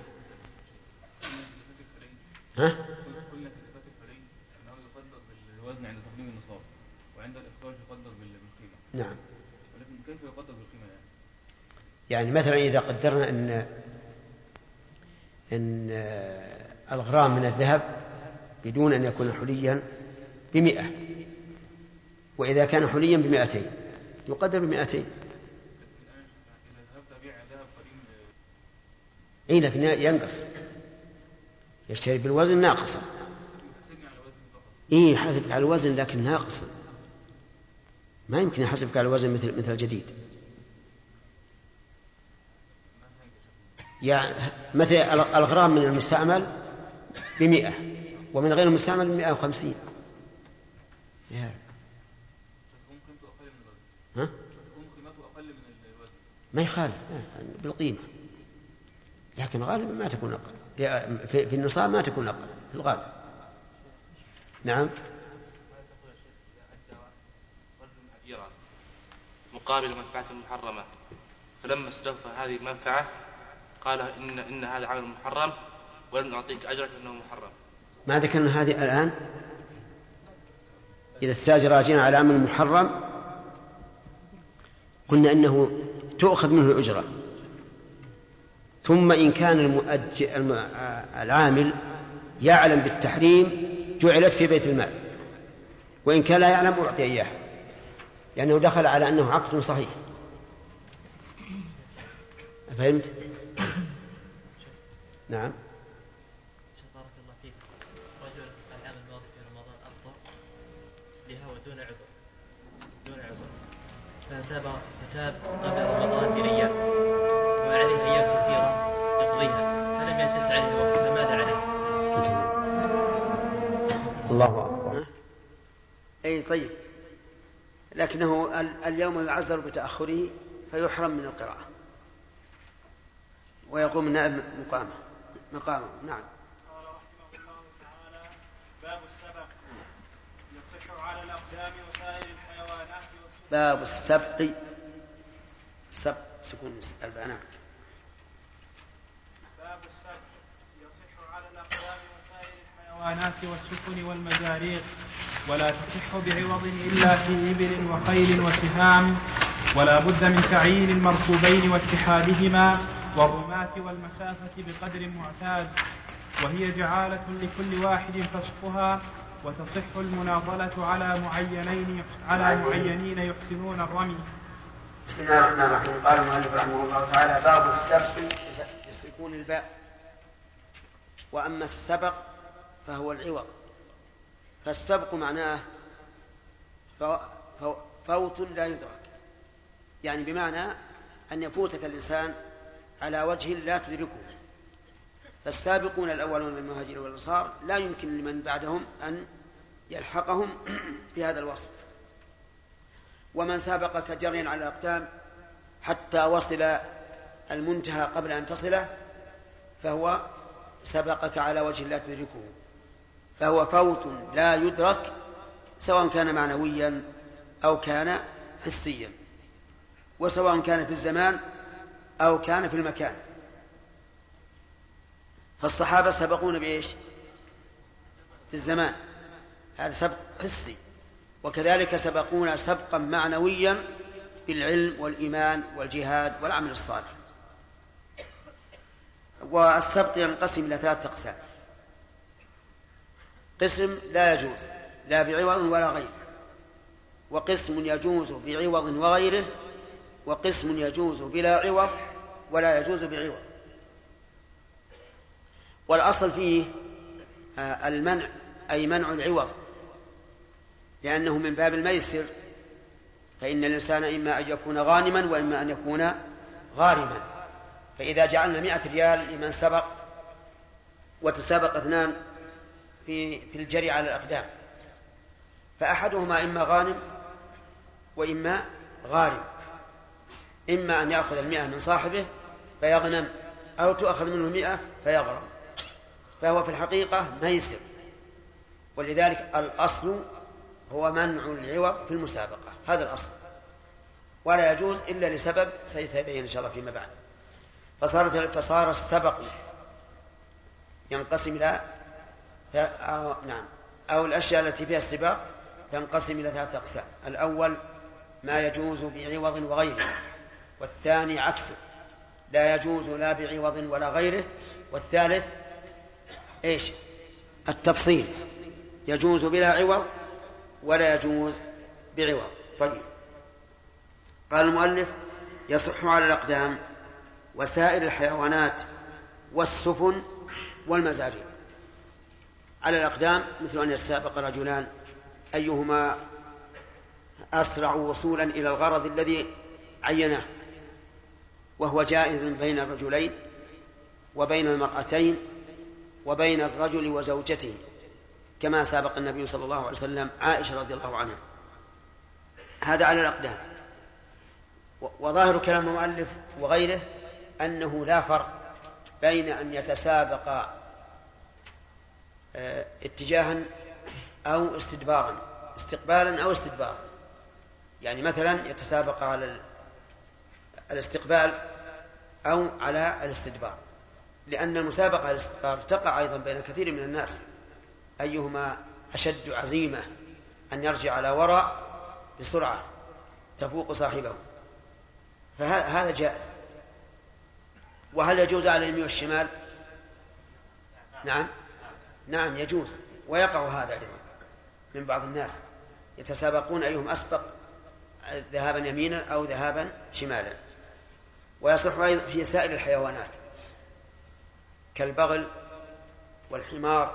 ها؟ قلنا في زكاة الفريق أنه يقدر بالوزن عند تقديم النصاب، وعند الإخراج يقدر بالقيمة. نعم. ولكن كيف يقدر بالقيمة يعني مثلا إذا قدرنا أن الغرام من الذهب بدون أن يكون حليا ب100، وإذا كان حليا ب200 يقدر ب200. إيه، لكن ينقص، يشتري بالوزن ناقصا. إيه، حسبك على الوزن لكن ناقصا، ما يمكن يحسبك على الوزن مثل الجديد. يعني مثل الغرام من المستعمل ب100 ومن غير المستعمل ب150. ها؟ ما يخالف بالقيمة، لكن غالبا ما تكون أقل، في النصاب ما تكون أقل في الغالب. نعم. مقابل منفعة محرمة، فلما استوفى هذه المنفعة قال إن هذا عمل محرم ولم نعطيك أجرك أنه محرم. ما ذكرنا هذه الآن؟ إذا استاجر راجعنا على عمل محرم قلنا إنه تؤخذ منه الأجرة، ثم إن كان العامل يعلم بالتحريم جعلت في بيت المال، وإن كان لا يعلم أعطي إياه، لأنه دخل على أنه عقد صحيح. فهمت؟ نعم. بارك الله فيك. رجل العام الماضي في رمضان أفطر بها ودون عذر، فتاب قبل رمضان بأيام وعليه أيام كثيرة يقضيها فلم يتسع عليه الوقت فماذا عليه؟ الله أكبر. أي طيب، لكنه اليوم يعذر بتأخره فيحرم من القراءة ويقوم النائب مقامه. نعم. قال رحمه الله تعالى: باب السبق يصح على الأقدام وسائر الحيوانات. باب السبق، سكون البنات. باب السبق يصح على الأقدام وسائر الحيوانات والسفن والمجارير، ولا تصح بعوض إلا في إبل وخيل وسهام، ولا بد من تعيين المركوبين واتحادهما والرماة والمسافة بقدر معتاد، وهي جعالة لكل واحد فسقها، وتصح المناضلة على معينين يحسنون الرمي. بسم الله الرحمن الرحيم. قال المؤلف رحمه الله تعالى: باب السبق بسكون الباء. وأما السبق فهو العوض. فالسبق معناه فوت لا يدرك، يعني بمعنى أن يفوتك الإنسان على وجه لا تدركه. فالسابقون الأولون من المهاجرين والأنصار لا يمكن لمن بعدهم أن يلحقهم في هذا الوصف. ومن سابقك جريا على الأقدام حتى وصل المنتهى قبل أن تصله فهو سبقك على وجه لا تدركه، فهو فوت لا يدرك سواء كان معنويا أو كان حسيا، وسواء كان في الزمان أو كان في المكان. فالصحابة سبقون بإيش؟ في الزمان، هذا سبق حسي، وكذلك سبقونا سبقا معنويا بالعلم والإيمان والجهاد والعمل الصالح. والسبق ينقسم إلى 3 أقسام: قسم لا يجوز لا بعوض ولا غيره، وقسم يجوز بعوض وغيره، وقسم يجوز بلا عوض ولا يجوز بعوض. والأصل فيه المنع، أي منع العوض، لأنه من باب الميسر، فإن الإنسان إما أن يكون غانما وإما أن يكون غارما. فإذا جعلنا 100 ريال لمن سبق وتسابق 2 في الجري على الأقدام، فأحدهما إما غانم وإما غارم، إما أن يأخذ 100 من صاحبه فيغنم، أو تأخذ منه 100 فيغرم، فهو في الحقيقة ميسر. ولذلك الأصل هو منع العوض في المسابقة، هذا الأصل، ولا يجوز إلا لسبب سيتبين إن شاء الله فيما بعد. فصار السبق ينقسم إلى أو الأشياء التي فيها السباق تنقسم إلى 3 أقسام: الأول ما يجوز بعوض وغيره، والثاني عكسه لا يجوز لا بعوض ولا غيره، والثالث إيش؟ التفصيل، يجوز بلا عوض ولا يجوز بعوض. طيب، قال المؤلف: يصح على الأقدام وسائر الحيوانات والسفن والمزارير. على الأقدام مثل أن يتسابق رجلان أيهما أسرع وصولا إلى الغرض الذي عيناه، وهو جائز بين الرجلين وبين المرأتين وبين الرجل وزوجته، كما سابق النبي صلى الله عليه وسلم عائشة رضي الله عنها. هذا على الأقدام. وظاهر كلام المؤلف وغيره أنه لا فرق بين أن يتسابق اتجاها أو استدبارا، استقبالا أو استدبارا. يعني مثلا يتسابق على الاستقبال أو على الاستدبار، لأن المسابقة على الاستدبار تقع أيضا بين كثير من الناس، أيهما أشد عزيمة أن يرجع على وراء بسرعة تفوق صاحبه، فهذا جائز. وهل يجوز على اليمين والشمال؟ نعم يجوز، ويقع هذا أيضا من بعض الناس، يتسابقون أيهم أسبق ذهابا يمينا أو ذهابا شمالا. ويصح أيضا في سائر الحيوانات كالبغل والحمار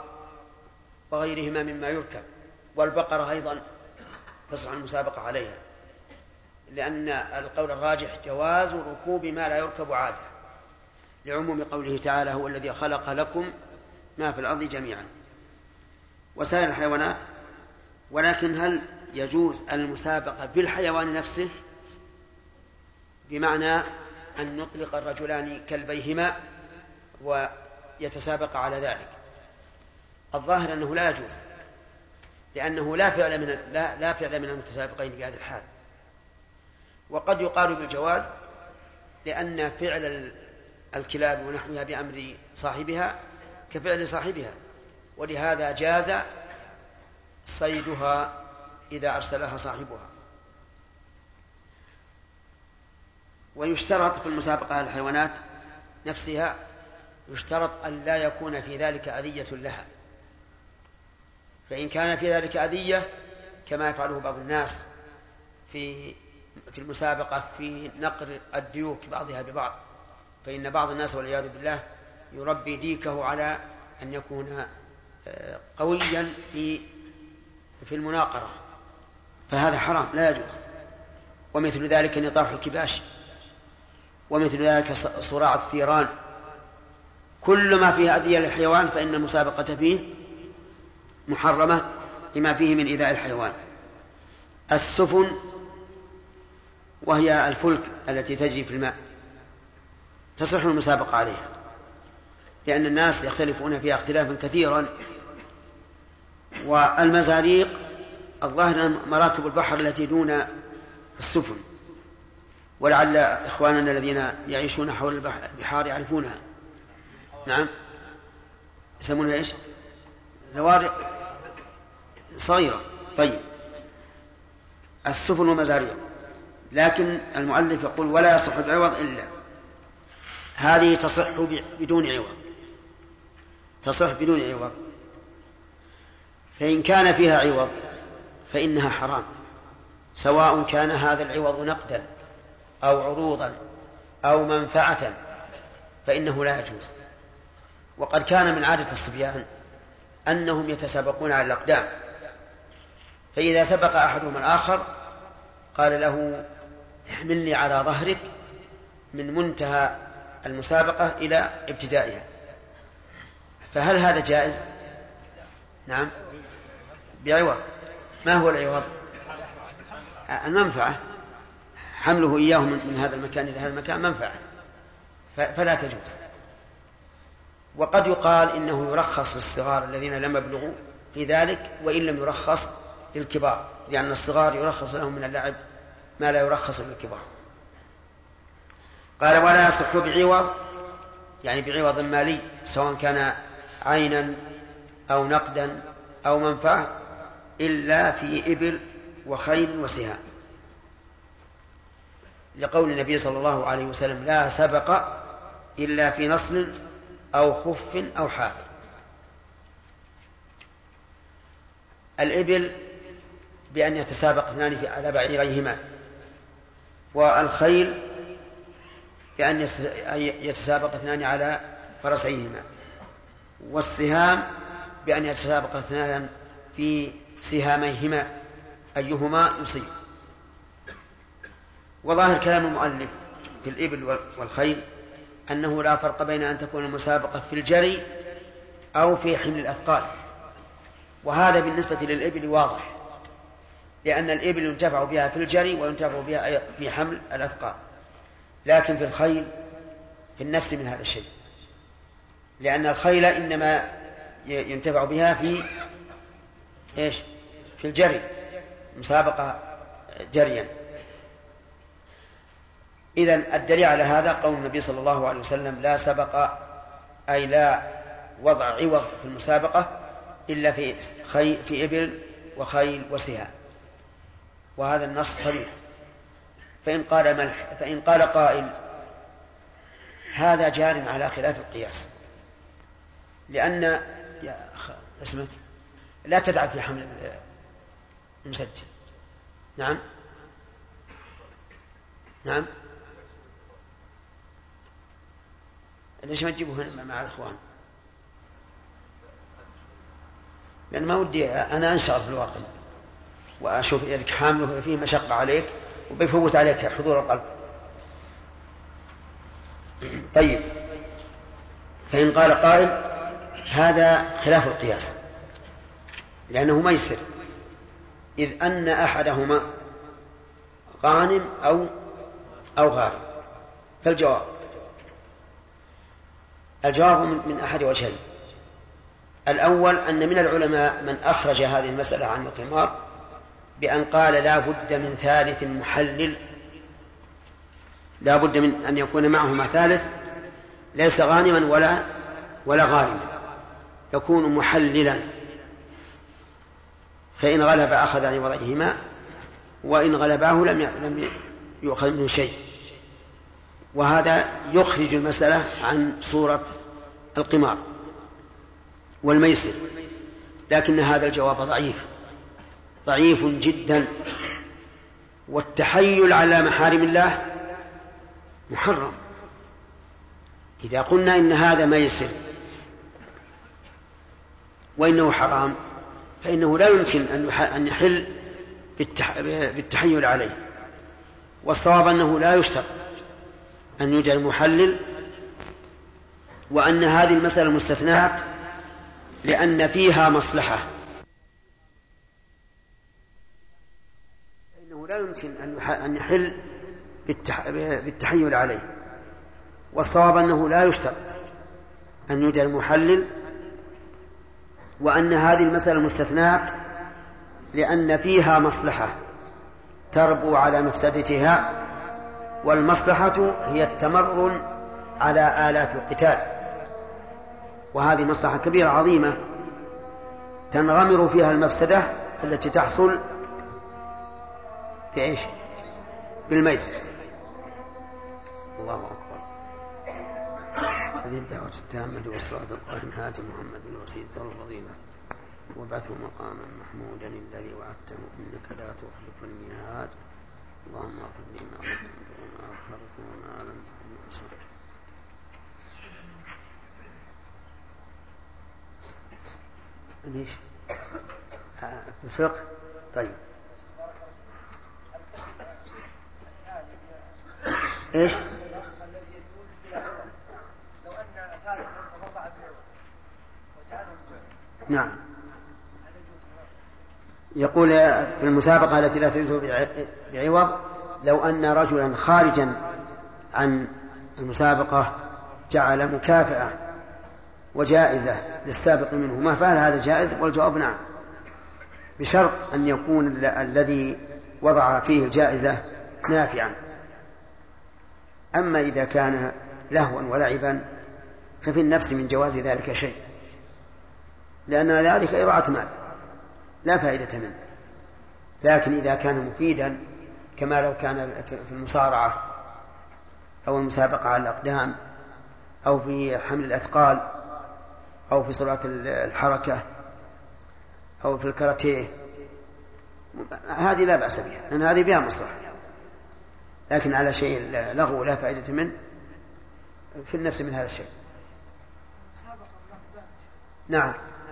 وغيرهما مما يركب، والبقرة أيضا تصح المسابقة عليها. لأن القول الراجح جواز ركوب ما لا يركب عادة، لعموم قوله تعالى: هو الذي خلق لكم ما في الأرض جميعا. وسائر الحيوانات. ولكن هل يجوز المسابقة بالحيوان نفسه، بمعنى أن نطلق الرجلان كلبيهما ويتسابق على ذلك؟ الظاهر أنه لا يجوز، لأنه لا فعل من المتسابقين بهذه الحال. وقد يقال بالجواز لأن فعل الكلاب ونحوها بأمر صاحبها كفعل صاحبها، ولهذا جاز صيدها إذا أرسلها صاحبها. ويشترط في المسابقة على الحيوانات نفسها، يشترط أن لا يكون في ذلك أذية لها، فإن كان في ذلك أذية كما يفعله بعض الناس في المسابقة في نقر الديوك بعضها ببعض، فإن بعض الناس والعياذ بالله يربي ديكه على أن يكون قويا في المناقرة، فهذا حرام لا يجوز. ومثل ذلك نطاح الكباش، ومثل ذلك صراع الثيران، كل ما فيه أذية للحيوان فإن المسابقة فيه محرمة لما فيه من إيذاء الحيوان. السفن وهي الفلك التي تجري في الماء تصح المسابقة عليها، لأن الناس يختلفون فيها اختلافا كثيرا. والمزاريق الظاهر مراكب البحر التي دون السفن، ولعل إخواننا الذين يعيشون حول البحار يعرفونها. نعم، يسمونها إيش؟ زوارق صغيرة. طيب، السفن ومزاريق. لكن المؤلف يقول: ولا يصح بعوض إلا هذه تصح بدون عوض، تصح بدون عوض. فإن كان فيها عوض فإنها حرام، سواء كان هذا العوض نقدا أو عروضا أو منفعة، فإنه لا يجوز. وقد كان من عادة الصبيان أنهم يتسابقون على الأقدام، فإذا سبق أحدهم الآخر قال له: احملني على ظهرك من منتهى المسابقة إلى ابتدائها. فهل هذا جائز؟ نعم، بعوض. ما هو العوض؟ المنفعة، حمله إياه من هذا المكان إلى هذا المكان منفعة، فلا تجوز. وقد يقال إنه يرخص للصغار الذين لم يبلغوا في ذلك، وإن لم يرخص للكبار، لأن الصغار يرخص لهم من اللعب ما لا يرخص للكبار. قال: ولا يصح بعوض، يعني بعوض مالي، سواء كان عينا أو نقدا أو منفعة، إلا في إبل وخيل وسهام، لقول النبي صلى الله عليه وسلم: لا سبق إلا في نصل أو خف أو حافر. الإبل بأن يتسابق اثنان على بعيريهما، والخيل بأن يتسابق اثنان على فرسيهما، والسهام بأن يتسابق اثنان في سهاميهما أيهما يصيب. وظاهر كلام المؤلف في الإبل والخيل أنه لا فرق بين أن تكون المسابقة في الجري أو في حمل الأثقال، وهذا بالنسبة للإبل واضح، لأن الإبل ينتفع بها في الجري وينتفع بها في حمل الأثقال، لكن في الخيل في النفس من هذا الشيء، لأن الخيل إنما ينتفع بها في إيش؟ في الجري، مسابقة جريا. إذن الدليل على هذا قول النبي صلى الله عليه وسلم: لا سبق، أي لا وضع عوض في المسابقة إلا في إبل وخيل وسهام، وهذا النص صريح. فإن قال قائل: هذا جار على خلاف القياس، لأن اسمك لا تدع في حمل المسجل. نعم نعم، ليش ما تجيبه مع الإخوان؟ لأن ما ودي أنا أنشر في الواقع وأشوف إذا حامله فيه مشقة عليك وبيفوت عليك حضور القلب. طيب، فإن قال قائل هذا خلاف القياس لأنه ميسر، إذ أن أحدهما غانم أو غارم. فالجواب من أحد وجهين. الأول أن من العلماء من أخرج هذه المسألة عن القمار بأن قال لا بد من ثالث محلل، لا بد من أن يكون معهما ثالث ليس غانما ولا غارما، يكون محللا، فإن غلب أخذ عن وضعهما وإن غلباه لم يؤخذ منه شيء. وهذا يخرج المسألة عن صورة القمار والميسر، لكن هذا الجواب ضعيف جدا. والتحيل على محارم الله محرم. إذا قلنا إن هذا ميسر وإنه حرام فإنه لا يمكن أن يحل بالتحيل عليه. والصواب أنه لا يشترط أن يوجد المحلل، وأن هذه المسألة مستثنات لأن فيها مصلحة، فإنه لا يمكن أن يحل بالتحيل عليه. والصواب أنه لا يشترط أن يوجد المحلل، وأن هذه المسألة مستثنات لأن فيها مصلحة تربو على مفسدتها، والمصلحة هي التمرن على آلات القتال، وهذه مصلحة كبيرة عظيمة تنغمر فيها المفسدة التي تحصل بإيش؟ بالميسر. الله أكبر. هذه الدعوة التامة والصلاة القائمة هات محمد الوسيلة والفضيلة وبعثه مقاما محمودا الذي وعدته إنك لا تخلف الميعاد. اللهم اغفر لي ما قدمت وما أخرت وما أعلنت وما أسررت. ليش؟ في الفقه. طيب، ايش؟ نعم، يقول في المسابقة التي لا تجوز بعوض لو أن رجلا خارجا عن المسابقة جعل مكافأة وجائزة للسابق منهما فهل هذا جائز؟ والجواب نعم، بشرط أن يكون الذي وضع فيه الجائزة نافعا. أما إذا كان لهوا ولعبا ففي النفس من جواز ذلك شيء، لأن ذلك إضاعة مال لا فائدة منه. لكن إذا كان مفيدا كما لو كان في المصارعة أو المسابقة على الأقدام أو في حمل الأثقال أو في سرعة الحركة أو في الكاراتيه، هذه لا بأس بها لأن هذه بها مصلحة. لكن على شيء لغو لا فائدة منه في النفس من هذا الشيء. نعم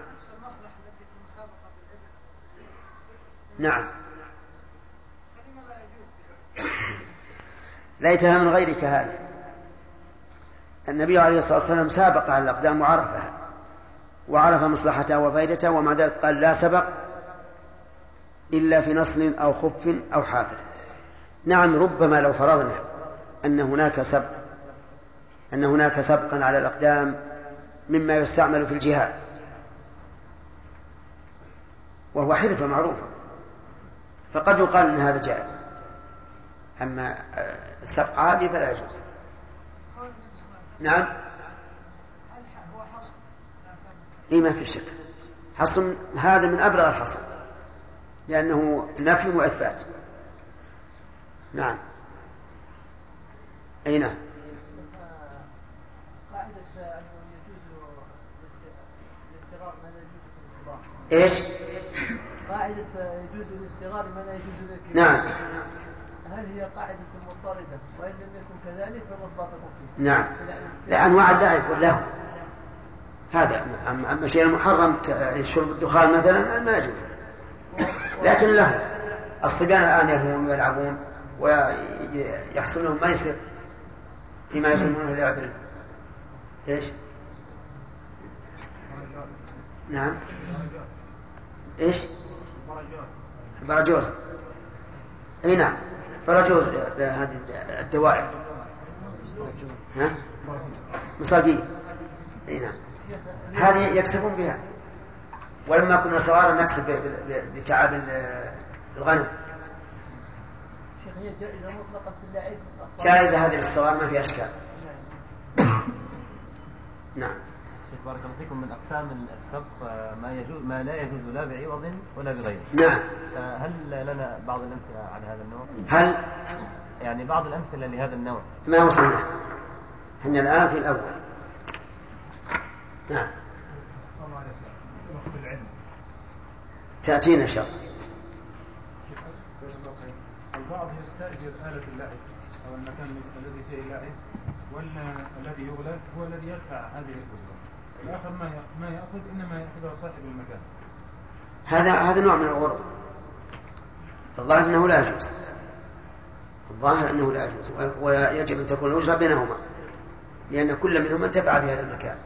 نعم، ليتها من غيرك هذا. النبي عليه الصلاة والسلام سابق على الأقدام وعرفها وعرف مصلحتها وفائدتها، ومع ذلك قال لا سبق إلا في نصل أو خف أو حافر. نعم، ربما لو فرضنا أن هناك سبقا على الأقدام مما يستعمل في الجهاد وهو حرفة معروفة فقد يقال أن هذا جائز، أما سبق عادي فلا يجوز. نعم، إيه ما في شك، حصن هذا من أبلغ الحصن لأنه نفي وإثبات. نعم، أي نعم. إيش؟ قاعدة يجوز للصغار ما لا يجوز للكبار. نعم. هل هي قاعدة مضطردة؟ وإن لم يكن كذلك فمضبطة فيه. نعم. لأنواع اللعب واللهو هذا. أما شيء محرم كشرب الدخان مثلا ما يجوز، لكن له الصبيان الآن يلهون ويلعبون ويحصل لهم ميسر فيما يسمونه لعب ايش؟ نعم ايش؟ البراجوز. اي نعم براجوز، هذه الدوائر مصابيح. اي نعم هذه يكسبون بها. ولما كنا صغارا نكسب بكعب الغنم. شيخ هي جائزة مطلقة في اللعب؟ جائزة هذه للصغار ما في أشكال. نعم. شيخ بارك الله فيكم، من أقسام السبق ما لا يجوز لا بعوض ولا بغيره. نعم. هل لنا بعض الأمثلة على هذا النوع؟ هل يعني بعض الأمثلة لهذا النوع؟ ما وصلنا احنا الآن في الأول. نعم. تأتينا إن شاء الله. البعض يستأجر آلة اللعب أو المكان الذي فيه اللعب، والذي يغلق هو الذي يدفع هذه الأجرة. الآخر ما يأخذ إنما يأخذها صاحب المكان. هذا نوع من الغرب. الظاهر أنه لا يجوز. الظاهر أنه لا يجوز، ويجب أن تكون الأجرة بينهما، لأن كل منهم انتفع بهذا المكان.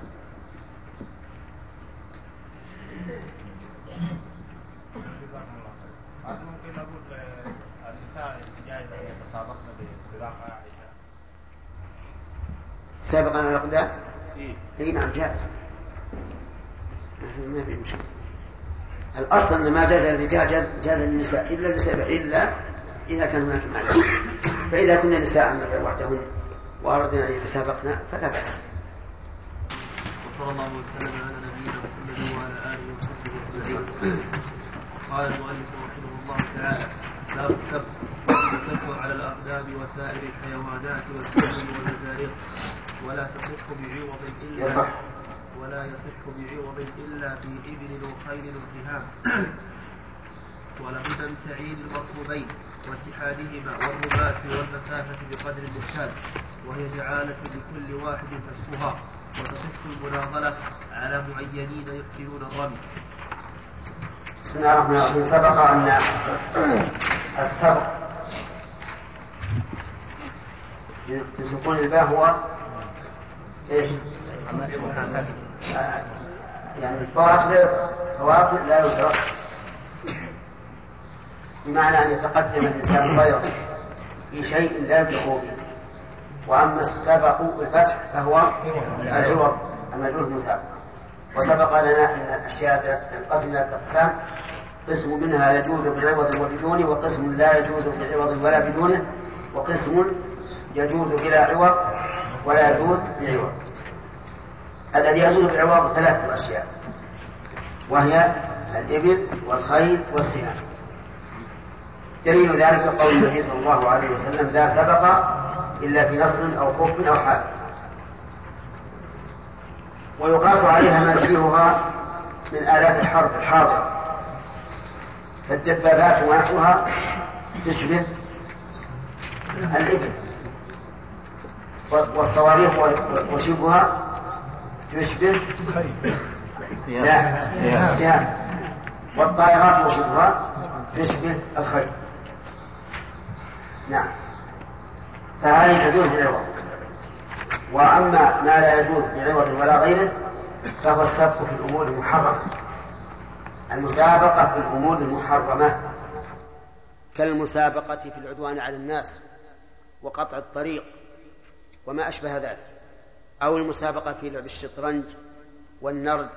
سابقا على الأقدام. اي نعم جائز، ما في مشكلة. الأصل أن ما جاز للرجال جاز للنساء إلا لسبب، إلا إذا كان هناك مانع. فإذا كنا نساء وحدهن وأردنا أن يتسابقنا فلا بأس. وصلى الله وسلم على نبينا محمد وعلى آله وصحبه أجمعين. قال المؤلف رحمه الله تعالى: باب السبق. السبق على الأقدام وسائر الحيوانات والكلاب والمزارق، ولا يصح بعوض إلا في إبل وخيل وسهام، ولابد من تعيين المركوبين واتحادهما والرباط والمسافة بقدر المحتاج، وهي جعالة لكل واحد فسقها، وتصح المناضلة على معينين يحسنون الرمي. بسم الله الرحمن الرحيم. سبق أن السبق بسكون الباء هو ايش؟ يعني الفواكه لا يسرق، بمعنى أن يتقدم الإنسان غيره في شيء لا يبلغ به. وأما السبق بالفتح فهو العوض المجهول المسابق. وسبق لنا أن الأشياء تنقسم إلى أقسام: قسم منها يجوز بعوض وبدونه، وقسم لا يجوز بعوض ولا بدونه، وقسم يجوز بلا عوض ولا يجوز بعوض. الذي يجوز بعوض ثلاثة أشياء، وهي الإبل والخيل والسهام. دليل ذلك قول النبي صلى الله عليه وسلم: لا سبق إلا في نصر أو خف أو حال. ويقاس عليها ما يشبهها من آلات الحرب الحاضرة، فالدبابات ونحوها تشبه الإبل، والصواريخ وشبهها تشبه السهام، والطائرات وشبهها تشبه الخيل. نعم. فهذه تجوز بعوض. وأما ما لا يجوز بعوض ولا غيره فهو السبق في الأمور المحرمة، المسابقة في الأمور المحرمة، كالمسابقة في العدوان على الناس وقطع الطريق وما أشبه ذلك، أو المسابقة في لعب الشطرنج والنرد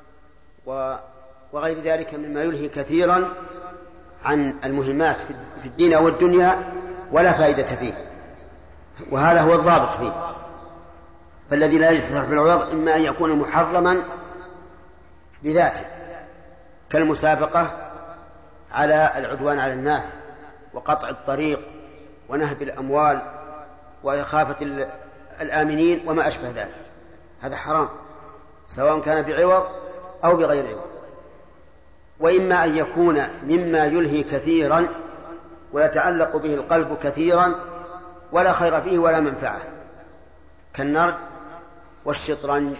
وغير ذلك مما يلهي كثيرا عن المهمات في الدين والدنيا ولا فائدة فيه، وهذا هو الضابط فيه. فالذي لا يصح في العوض إما أن يكون محرما بذاته، كالمسابقة على العدوان على الناس وقطع الطريق ونهب الأموال وإخافة الآمنين وما أشبه ذلك، هذا حرام سواء كان بعوض أو بغير عوض. وإما أن يكون مما يلهي كثيرا ويتعلق به القلب كثيرا ولا خير فيه ولا منفعة، كالنرد والشطرنج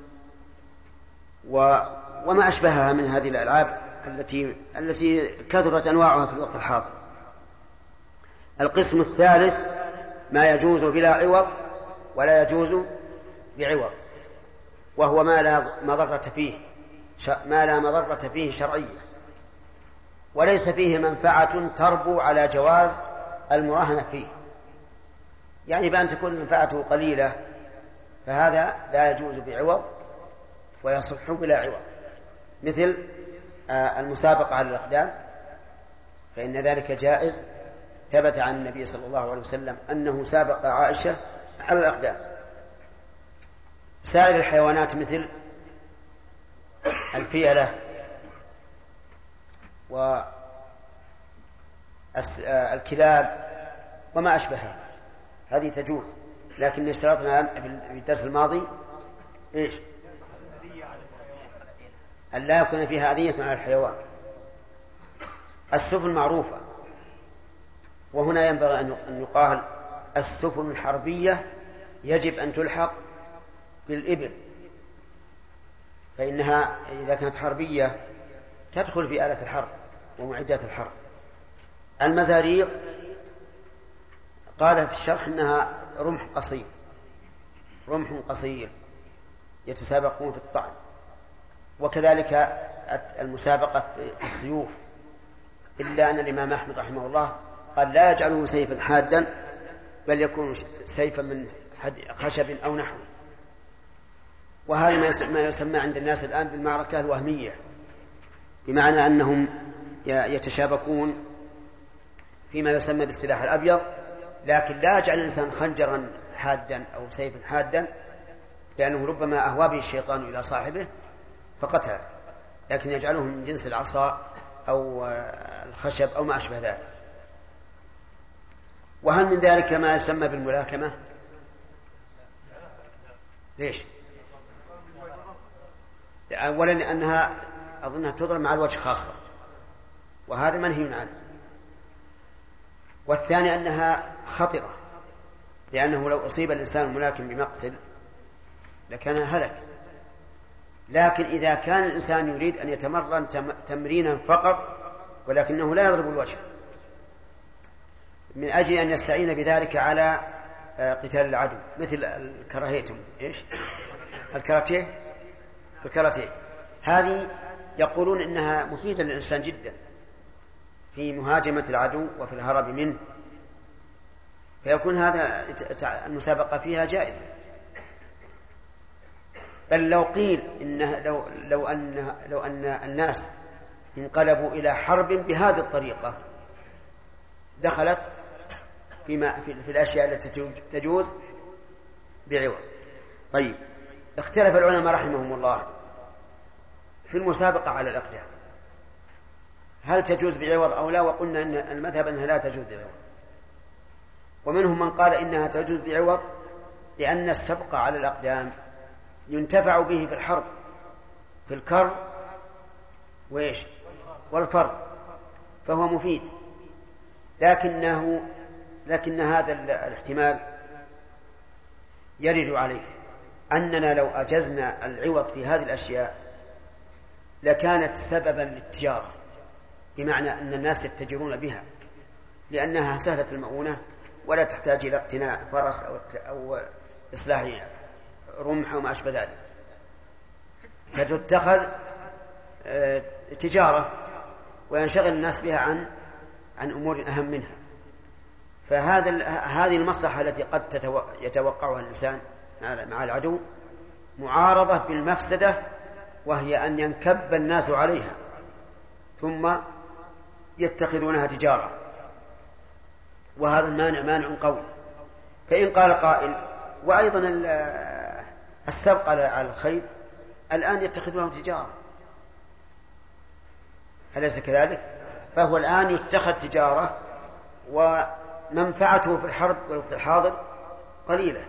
وما أشبهها من هذه الألعاب التي كثرت أنواعها في الوقت الحاضر. القسم الثالث ما يجوز بلا عوض ولا يجوز بعوض، وهو ما لا مضرة فيه شرعية، وليس فيه منفعة تربو على جواز المراهنة فيه، يعني بأن تكون منفعته قليلة، فهذا لا يجوز بعوض ويصح بلا عوض، مثل المسابقة على الأقدام، فإن ذلك جائز، ثبت عن النبي صلى الله عليه وسلم أنه سابق عائشة على الأقدام. سائر الحيوانات مثل الفيلة والكلاب وما أشبهها هذه تجوز، لكن اشترطنا في الدرس الماضي إيش؟ أن لا يكون فيها أذية على الحيوان. السفن معروفة، وهنا ينبغي أن يقال السفن الحربية يجب أن تلحق بالإبل، فإنها إذا كانت حربية تدخل في آلة الحرب ومعدات الحرب. المزاريق قال في الشرح إنها رمح قصير يتسابقون في الطعن، وكذلك المسابقة في السيوف، إلا أن الإمام أحمد رحمه الله قال لا يجعله سيفا حادا، بل يكون سيفا من خشب أو نحوه. وهذا ما يسمى عند الناس الآن بالمعركة الوهمية، بمعنى أنهم يتشابكون فيما يسمى بالسلاح الأبيض، لكن لا يجعل الإنسان خنجرا حادا أو سيفا حادا، لأنه ربما أهوى به الشيطان إلى صاحبه فقتله، لكن يجعله من جنس العصا أو الخشب أو ما أشبه ذلك. وهل من ذلك ما يسمى بالملاكمة؟ ليش؟ أولا لأنها أظنها تضرب مع الوجه خاصة، وهذا منهي عنه. والثاني أنها خطرة، لأنه لو أصيب الإنسان الملاكم بمقتل لكان هلك. لكن إذا كان الإنسان يريد أن يتمرن تمرينا فقط ولكنه لا يضرب الوجه، من أجل أن يستعين بذلك على قتال العدو، مثل الكراهيتم الكاراتيه هذه يقولون إنها مفيدة للإنسان جدا في مهاجمة العدو وفي الهرب منه، فيكون هذا المسابقة فيها جائزة. بل لو قيل إنه لو أن الناس انقلبوا إلى حرب بهذه الطريقة دخلت في الأشياء التي تجوز بعوض. طيب، اختلف العلماء رحمهم الله في المسابقة على الأقدام، هل تجوز بعوض أو لا؟ وقلنا أن المذهب أنها لا تجوز بعوض، ومنهم من قال إنها تجوز بعوض لأن السبق على الأقدام ينتفع به في الحرب، في الكر والفر، فهو مفيد. لكن هذا الاحتمال يرد عليه أننا لو أجزنا العوض في هذه الأشياء لكانت سببا للتجارة، بمعنى أن الناس يتجرون بها لأنها سهلة المؤونة ولا تحتاج إلى اقتناء فرس أو إصلاح رمح وما أشبه ذلك، فتتخذ تجارة وينشغل الناس بها عن أمور أهم منها. هذه المصلحة التي قد يتوقعها الإنسان مع العدو معارضة بالمفسدة، وهي أن ينكب الناس عليها ثم يتخذونها تجارة، وهذا المانع مانع قوي. فإن قال قائل وأيضا السبق على الخيل الآن يتخذونه تجارة، أليس كذلك؟ فهو الآن يتخذ تجارة ومنفعته في الحرب والوقت الحاضر قليلة،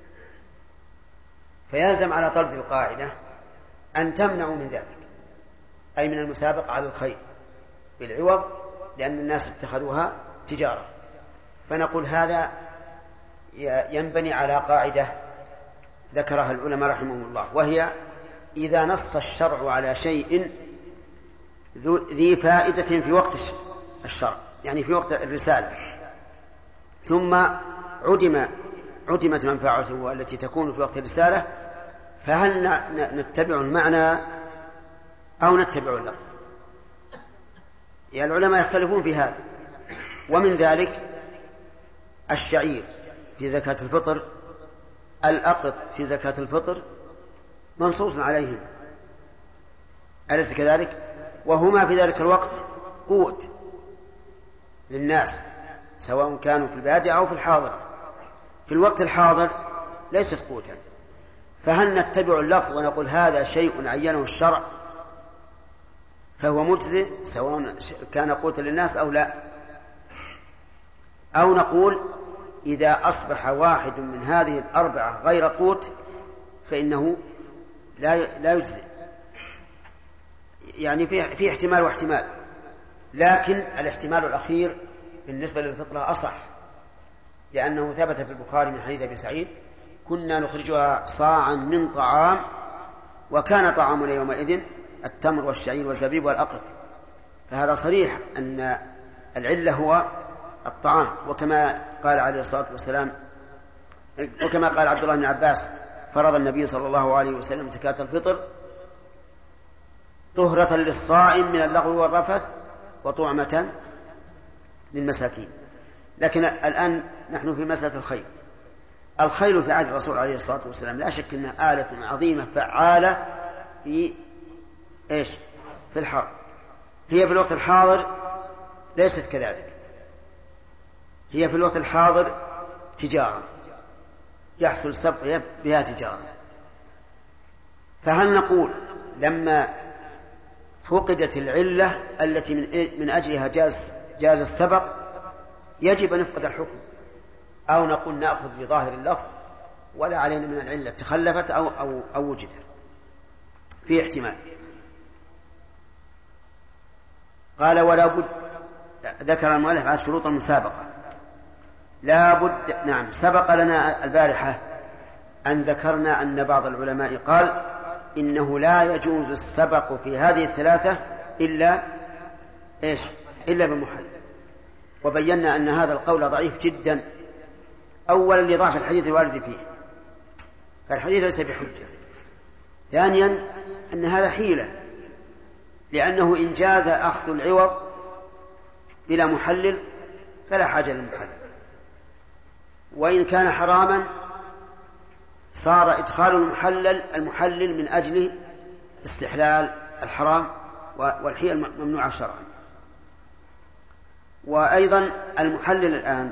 فيلزم على طرد القاعدة أن تمنعوا من ذلك، أي من المسابقة على الخيل بالعوض، لأن الناس اتخذوها تجارة. فنقول هذا ينبني على قاعدة ذكرها العلماء رحمهم الله، وهي إذا نص الشرع على شيء ذي فائدة في وقت الشرع، يعني في وقت الرسالة، ثم عدمت منفعته التي تكون في وقت الرسالة، فهل نتبع المعنى أو نتبع اللفظ؟ يعني العلماء يختلفون في هذا. ومن ذلك الشعير في زكاة الفطر، الأقط في زكاة الفطر منصوص عليهما، أليس كذلك؟ وهما في ذلك الوقت قوت للناس سواء كانوا في البادية أو في الحاضرة. في الوقت الحاضر ليست قوتا، فهل نتبع اللفظ ونقول هذا شيء عينه الشرع فهو مجزئ سواء كان قوتا للناس أو لا، أو نقول إذا أصبح واحد من هذه الأربعة غير قوت فإنه لا يجزئ؟ يعني في احتمال واحتمال، لكن الاحتمال الأخير بالنسبة للفطرة أصح، لأنه ثبت في البخاري من حديث أبي سعيد: كنا نخرجها صاعا من طعام، وكان طعامنا يومئذ التمر والشعير والزبيب والأقط. فهذا صريح أن العلة هو الطعام، وكما قال عليه الصلاة والسلام، وكما قال عبد الله بن عباس: فرض النبي صلى الله عليه وسلم زكاة الفطر طهرة للصائم من اللغو والرفث وطعمة للمساكين. لكن الآن نحن في مسألة الخيل. الخيل في عهد الرسول عليه الصلاة والسلام لا شك أنها آلة عظيمة فعالة في الحرب. هي في الوقت الحاضر ليست كذلك، هي في الوقت الحاضر تجارة، يحصل السبق بها تجارة. فهل نقول لما فقدت العلة التي من أجلها جاز السبق يجب أن نفقد الحكم، أو نقول نأخذ بظاهر اللفظ ولا علينا من العلة تخلفت أو وجدت؟ في احتمال. قال: ولا بد، ذكر المؤلف على شروط المسابقة، لا بد. نعم، سبق لنا البارحة أن ذكرنا أن بعض العلماء قال إنه لا يجوز السبق في هذه الثلاثة إلا بالمحل، وبينا أن هذا القول ضعيف جدا، أولا لضعف الحديث الوارد فيه، فالحديث ليس بحجة. ثانيا أن هذا حيلة، لأنه إن جاز أخذ العوض بلا محلل فلا حاجة للمحلل، وإن كان حراما صار إدخال المحلل من أجل استحلال الحرام، والحيل ممنوعة شرعا. وأيضا المحلل الآن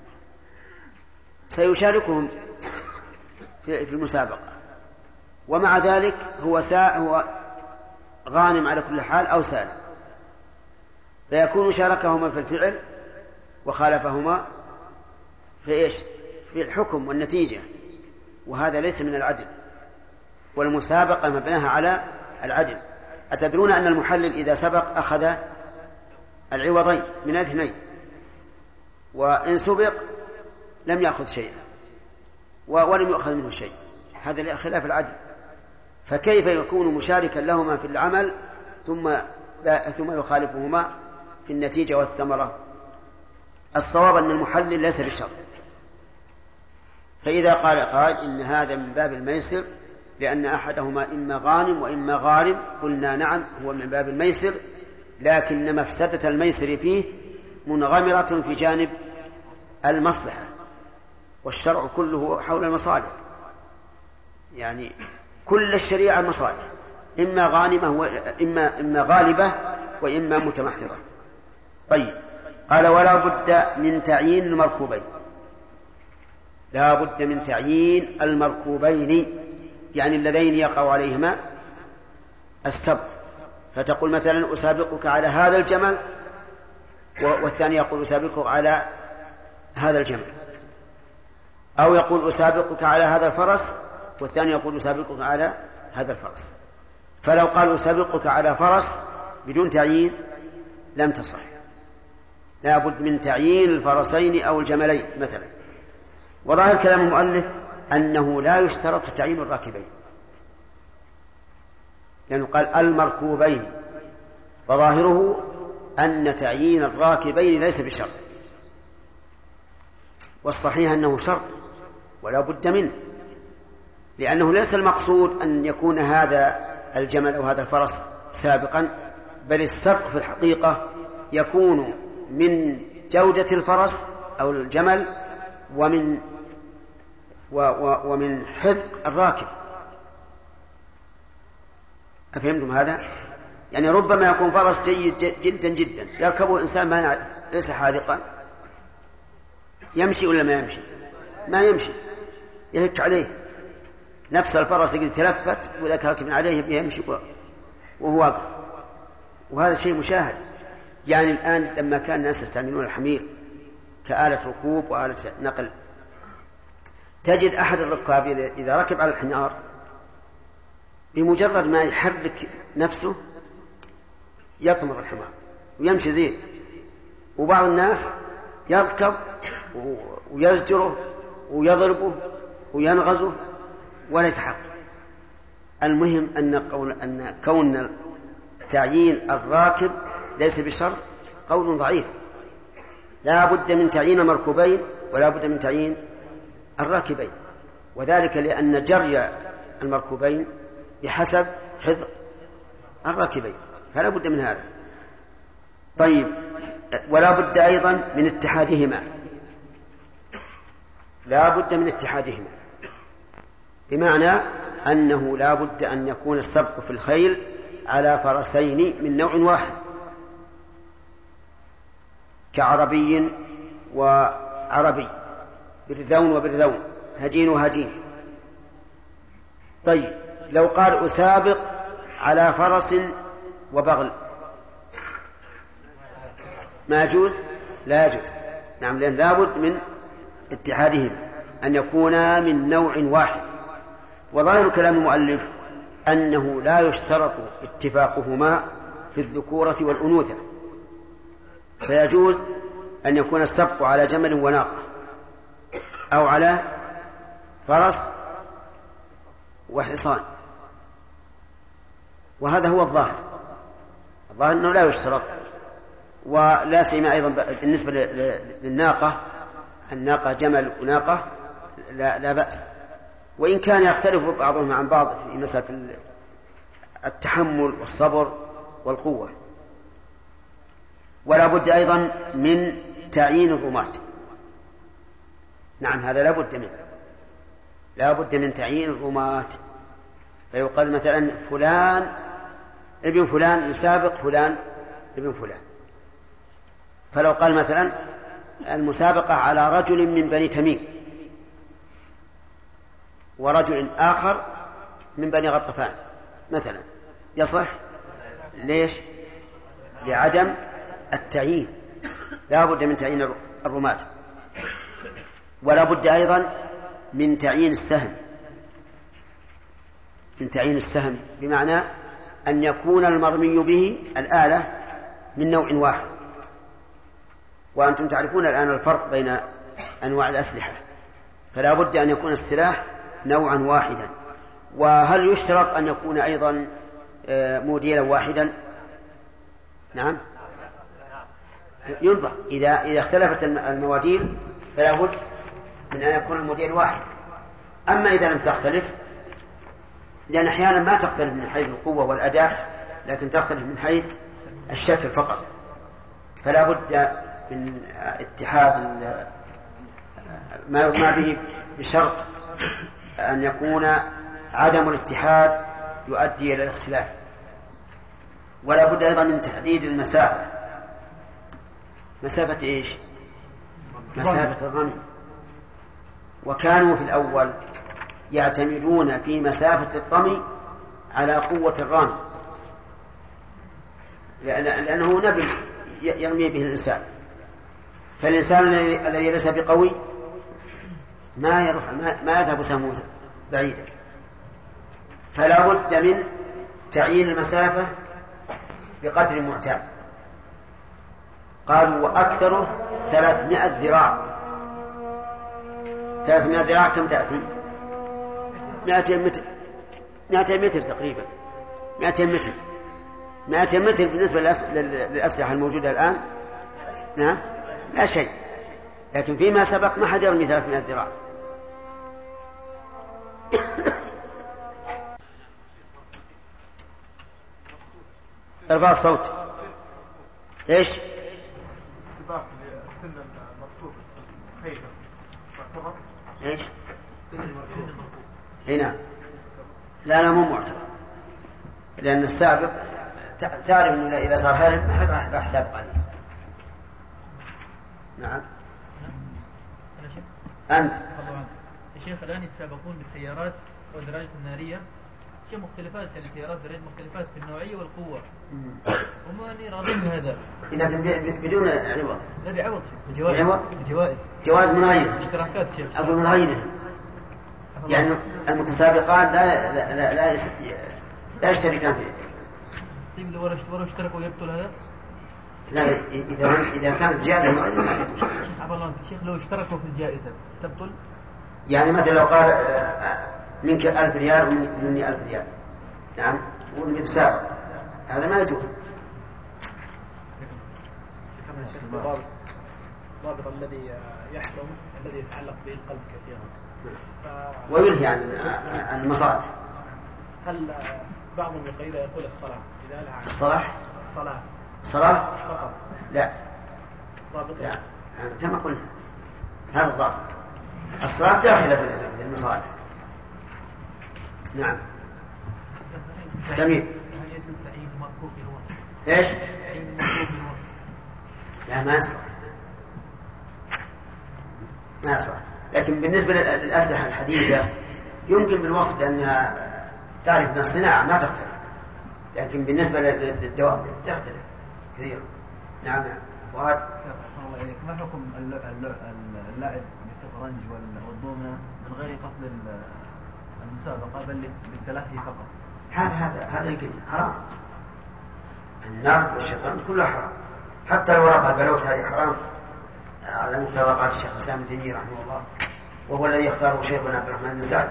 سيشاركهم في المسابقة، ومع ذلك هو غانم على كل حال أو سالم، فيكون شاركهما في الفعل وخالفهما في الحكم والنتيجة، وهذا ليس من العدل، والمسابقة مبناها على العدل. أتدرون أن المحلل إذا سبق أخذ العوضين من الاثنين، وإن سبق لم يأخذ شيئا ولم يؤخذ منه شيء، هذا خلاف العدل. فكيف يكون مشاركا لهما في العمل ثم يخالفهما في النتيجة والثمرة؟ الصواب أن المحلل ليس بشرط. فإذا قال قائل إن هذا من باب الميسر لأن أحدهما إما غانم وإما غارم، قلنا نعم، هو من باب الميسر، لكن مفسدة الميسر فيه منغمرة في جانب المصلحة، والشرع كله حول المصالح، يعني كل الشريعة مصالح، إما غانمة وإما غالبة وإما متمحرة. طيب، قال: ولا بد من تعيين المركوبين، لا بد من تعيين المركوبين، يعني اللذين يقع عليهما السبق. فتقول مثلا: أسابقك على هذا الجمل، والثاني يقول: أسابقك على هذا الجمل، أو يقول: أسابقك على هذا الفرس، والثاني يقول: أسابقك على هذا الفرس. فلو قال: أسابقك على فرس بدون تعيين لم تصح، لا بد من تعيين الفرسين أو الجملين مثلا. وظاهر كلام المؤلف أنه لا يشترط تعيين الراكبين، لأنه قال المركوبين، فظاهره أن تعيين الراكبين ليس بشرط. والصحيح أنه شرط ولا بد منه، لأنه ليس المقصود أن يكون هذا الجمل أو هذا الفرس سابقا، بل السبق في الحقيقة يكون من جودة الفرس أو الجمل ومن حذق الراكب. أفهمتم هذا؟ يعني ربما يكون فرس جيد جدا جدا يركبه إنسان ليس حاذقا، يمشي ولا ما يمشي؟ ما يمشي، يهك عليه. نفس الفرس يقدر يتلفت وذاك راكب عليه يمشي وهو واقف، وهذا شيء مشاهد. يعني الآن لما كان الناس يستعملون الحمير كآلة ركوب وآلة نقل، تجد أحد الركاب إذا ركب على الحمار بمجرد ما يحرك نفسه يطمر الحمار ويمشي زين، وبعض الناس يركب ويزجره ويضربه وينغزه ولا يتحقق. المهم أن كون تعيين الراكب ليس بشرط قول ضعيف، لا بد من تعيين المركوبين ولا بد من تعيين الراكبين، وذلك لأن جري المركوبين بحسب حذق الراكبين، فلا بد من هذا. طيب، ولا بد أيضا من اتحادهما، لا بد من اتحادهما، بمعنى أنه لا بد أن يكون السبق في الخيل على فرسين من نوع واحد، كعربي وعربي، برذون وبرذون، هجين وهجين. طيب، لو قال أسابق على فرس وبغل ما يجوز؟ لا يجوز. نعم، لأن لابد من اتحادهما، أن يكونا من نوع واحد. وظاهر كلام المؤلف أنه لا يشترط اتفاقهما في الذكورة والأنوثة، فيجوز أن يكون السبق على جمل وناقة أو على فرس وحصان، وهذا هو الظاهر أنه لا يشترط. ولا سيما أيضا بالنسبة للناقة، الناقة جمل وناقة لا بأس، وإن كان يختلف بعضهم عن بعض في مسألة التحمل والصبر والقوة. ولا بد أيضا من تعيين الرماة. نعم، هذا لا بد منه، لا بد من تعيين الرماة، فيقال مثلا فلان ابن فلان يسابق فلان ابن فلان. فلو قال مثلا المسابقة على رجل من بني تميم ورجل آخر من بني غطفان مثلا، يصح؟ ليش؟ لعدم التعيين، لا بد من تعيين الرماة. ولا بد أيضا من تعيين السهم، من تعيين السهم، بمعنى أن يكون المرمي به الآلة من نوع واحد. وأنتم تعرفون الآن الفرق بين أنواع الأسلحة، فلا بد أن يكون السلاح نوعا واحدا. وهل يشترط أن يكون أيضا موديلا واحدا؟ نعم، ينظر إذا اختلفت المواديل فلا بد من أن يكون الموديل واحد. أما إذا لم تختلف، لأن أحيانا ما تختلف من حيث القوة والأداء، لكن تختلف من حيث الشكل فقط، فلا بد من اتحاد ما به، بشرط أن يكون عدم الاتحاد يؤدي إلى الاختلاف. ولا بد أيضا من تحديد المسافة. مسافة إيش؟ مسافة الرمي. وكانوا في الأول يعتمدون في مسافة الرمي على قوة الرامي، لأنه نبل يرمي به الإنسان، فالإنسان الذي ليس بقوي ما يذهب سهمه بعيدا. فلا بد من تعيين المسافة بقدر معتاد. قالوا وأكثره 300 ذراع. 300 ذراع كم تأتي؟ 200 متر. 200 متر تقريبا. 200 متر. 200 متر بالنسبة للأسلحة الموجودة الآن، نعم، لا شيء. لكن فيما سبق ما حد يرمي 300 ذراع. ارفع الصوت. ايش؟ السباق لسن المكتوب خيبة معتبر؟ ايش؟ هنا لا مو معتبر، لأن السابق تعرف أنه إذا صار هارب ما حد راح سابق عليه. نعم. أنت يا شيخ الآن يتسابقون بالسيارات والدراجات النارية، شيء مختلفات، يعني سيارات دراجات مختلفات في النوعية والقوة، وما أني راضي بهذا. لكن بدون عوض. لا بعوض، بجوائز. جوائز منغيرة. اشتراكات شيخ. أقول منغيرة. يعني المتسابقات لا يشتركان فيه. طيب لو اشتركوا يبطل هذا؟ لا، إذا كانت جائزة عفوا شيخ، لو اشتركوا في الجائزة تبطل؟ يعني مثلا لو قال منك 1000 ريال ومني 1000 ريال، نعم، ونتسابق، هذا ما يجوز. الضابط الذي يحرم الذي يتعلق به القلب كثيرا وينهي عن المصالح. هل بعضهم يقول الصلاة إذا لها الصلاة فقط؟ لا كما قلنا هذا الضابط. الصلاة داخلة في المصالح. نعم. سمير. هل يجوز تعيين المركوب بالوصف؟ ايش؟ تعيين المركوب بالوصف. لا ما يصلح. لكن بالنسبة للأسلحة الحديثة يمكن بالوصف، لأنها تعرف أن الصناعة ما تختلف، لكن بالنسبة للدواب تختلف كثيرا. نعم. ما حكم اللعب بالشطرنج والضومنة من غير قصد المسابقة بل للتلهي فقط؟ هذا يمكن حرام. النرد والشطرنج كلها حرام، حتى الورقة البلوت هذه حرام على مسابقات الشيخ الإسلام ابن تيمية رحمه الله، وهو الذي يختاره شيخنا عبد الرحمن بن سعد.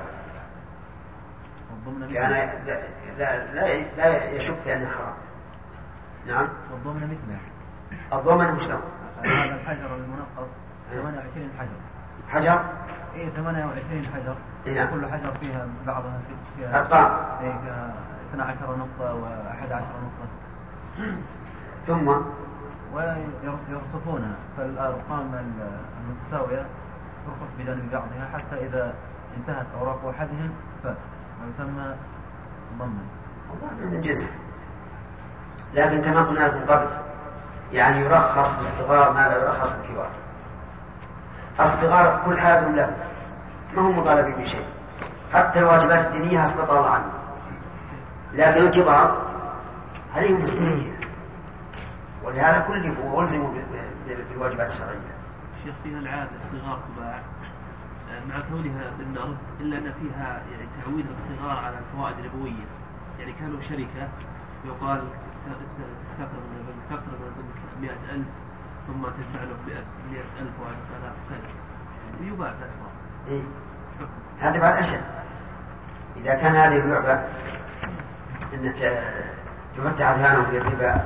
كان لا يشك بأنها حرام. نعم. والضومنة مثله. الضومنة مش له. هذا الحجر المنقط 28 حجر. 28 حجر. نعم. كل حجر فيها بعضها فيها أرقام. فيها 12 نقطة و11 نقطة. ثم ويرصفونها، فالأرقام المتساوية ترصف بجانب بعضها حتى إذا انتهت أوراق أحدهم فاز، ويسمى ضمن. من جنسه. لكن كما قلنا لكم قبل، يعني يرخص بالصغار ما لا يرخص بالكبار. الصغار كل حياتهم له، ما هم مطالبين بشيء، حتى الواجبات الدينية اسقط الله عنهم، لكن الكبار عليهم مسؤولية، ولهذا كلفوا وألزموا بالواجبات الشرعية. شيخ فيها العادة الصغار تباع مع كونها بالنرد، إلا أن فيها يعني تعويد الصغار على الفوائد النبوية، يعني كانوا شركة يقال تستقرض منك 100,000 ثم تدفع له 100,000 و10,000 كذا، ويباع في الأسواق. إيه؟ هذا بعد أشد. إذا كان هذه اللعبة أنك تمتع أذهانهم بالربا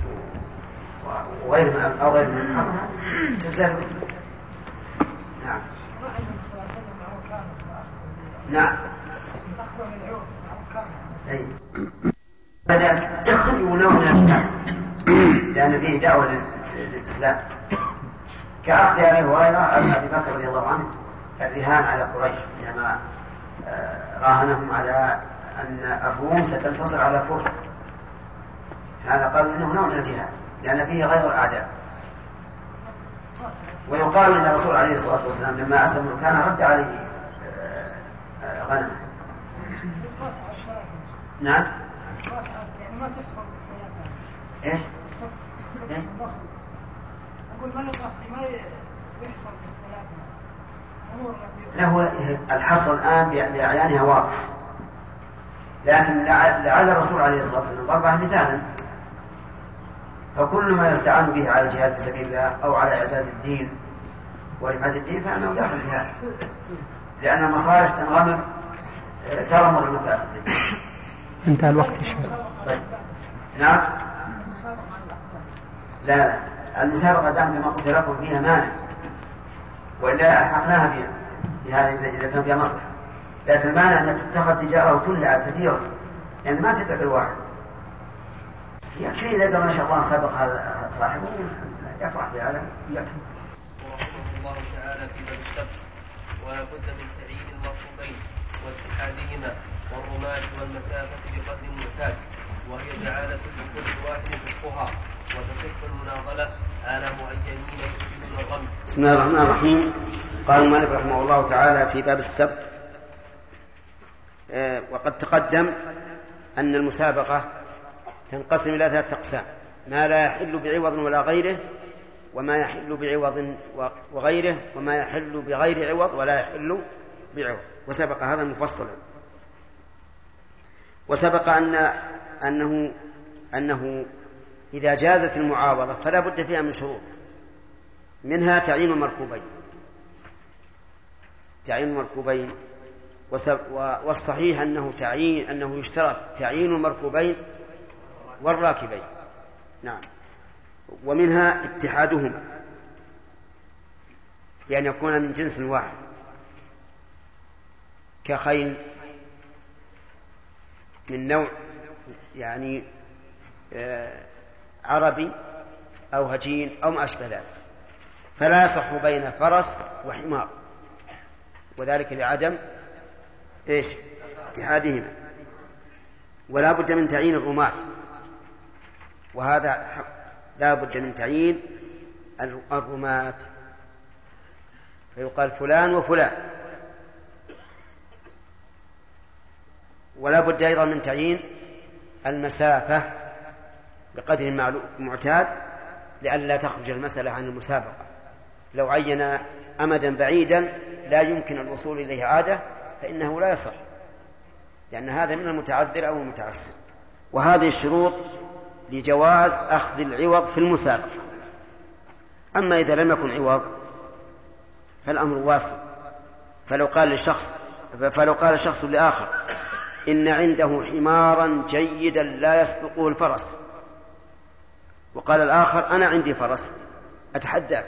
وغير من جزاء. نعم. نعم. بدأ يولون من الإسلام لأن فيه دعوة للإسلام، كأخذ أبي هريرة أبي بكر رضي الله عنه الرهان على قريش حينما راهنهم على أن الروم ستنتصر على فرس. هذا قالوا إنه نوع من الجهاد لأن فيه غير الأعداء. ويقال أن الرسول عليه الصلاة والسلام لما أسلم كان رد عليه غنمه. نعم. يعني ما تحصل ايش؟ أقول ما ما يحصل بالثلاثة أمور. لا، هو الحصر الآن بأعيانها واضح، لكن لعل الرسول عليه الصلاة والسلام ضربها مثالا، فكل ما يستعان به على الجهاد في سبيل الله أو على إعزاز الدين ورفعة الدين فإنه داخل في هذا، لأن المصالح تنغمر ترمر المفاسد. انتهى الوقت يا شيخ. طيب. نعم. لا المسابقة دام كما قلت لكم فيها مانع، وإلا ألحقناها بهذا إذا كان فيها مصلحة. لكن المعنى أن تتخذ تجارة وتلعب كثيرا يعني ما تتعب الواحد. يكفي إذا قال ما شاء الله سبق هذا صاحبه يفرح بهذا يكفي. ورحمه الله تعالى في باب السبت ولا بد من تعيين المركوبين واتحادهما والرماة والمسافة بقدر المعتاد، وهي جعالة لكل واحد رزقها، وتصح المناضلة على معينين يفسدون الرمي. بسم الله الرحمن الرحيم. قال المؤلف رحمه الله تعالى في باب السبت وقد تقدم أن المسابقة تنقسم إلى 3 أقسام: ما لا يحل بعوض ولا غيره، وما يحل بعوض وغيره، وما يحل بغير عوض ولا يحل بعوض. وسبق هذا مفصلا. وسبق أنه إذا جازت المعاوضة فلا بد فيها من شروط، منها تعيين المركوبين. والصحيح أنه يشترط تعيين المركوبين والراكبين. نعم. ومنها اتحادهما بأن يكون من جنس واحد كخيل من نوع يعني عربي أو هجين أو ما أشبه ذلك، فلا يصح بين فرس وحمار، وذلك لعدم اتحادهما. ولا بد من تعيين الرماة، وهذا لا بد من تعيين الرماة، فيقال فلان وفلان. ولا بد أيضا من تعيين المسافة بقدر معتاد لئلا تخرج المسألة عن المسابقة. لو عين أمدا بعيدا لا يمكن الوصول إليه عادة فإنه لا يصح، لأن هذا من المتعذر أو المتعسر. وهذه الشروط لجواز أخذ العوض في المسابقة. أما إذا لم يكن عوض فالأمر واسع. فلو قال شخص لآخر إن عنده حمارا جيدا لا يسبقه الفرس، وقال الآخر أنا عندي فرس أتحداك،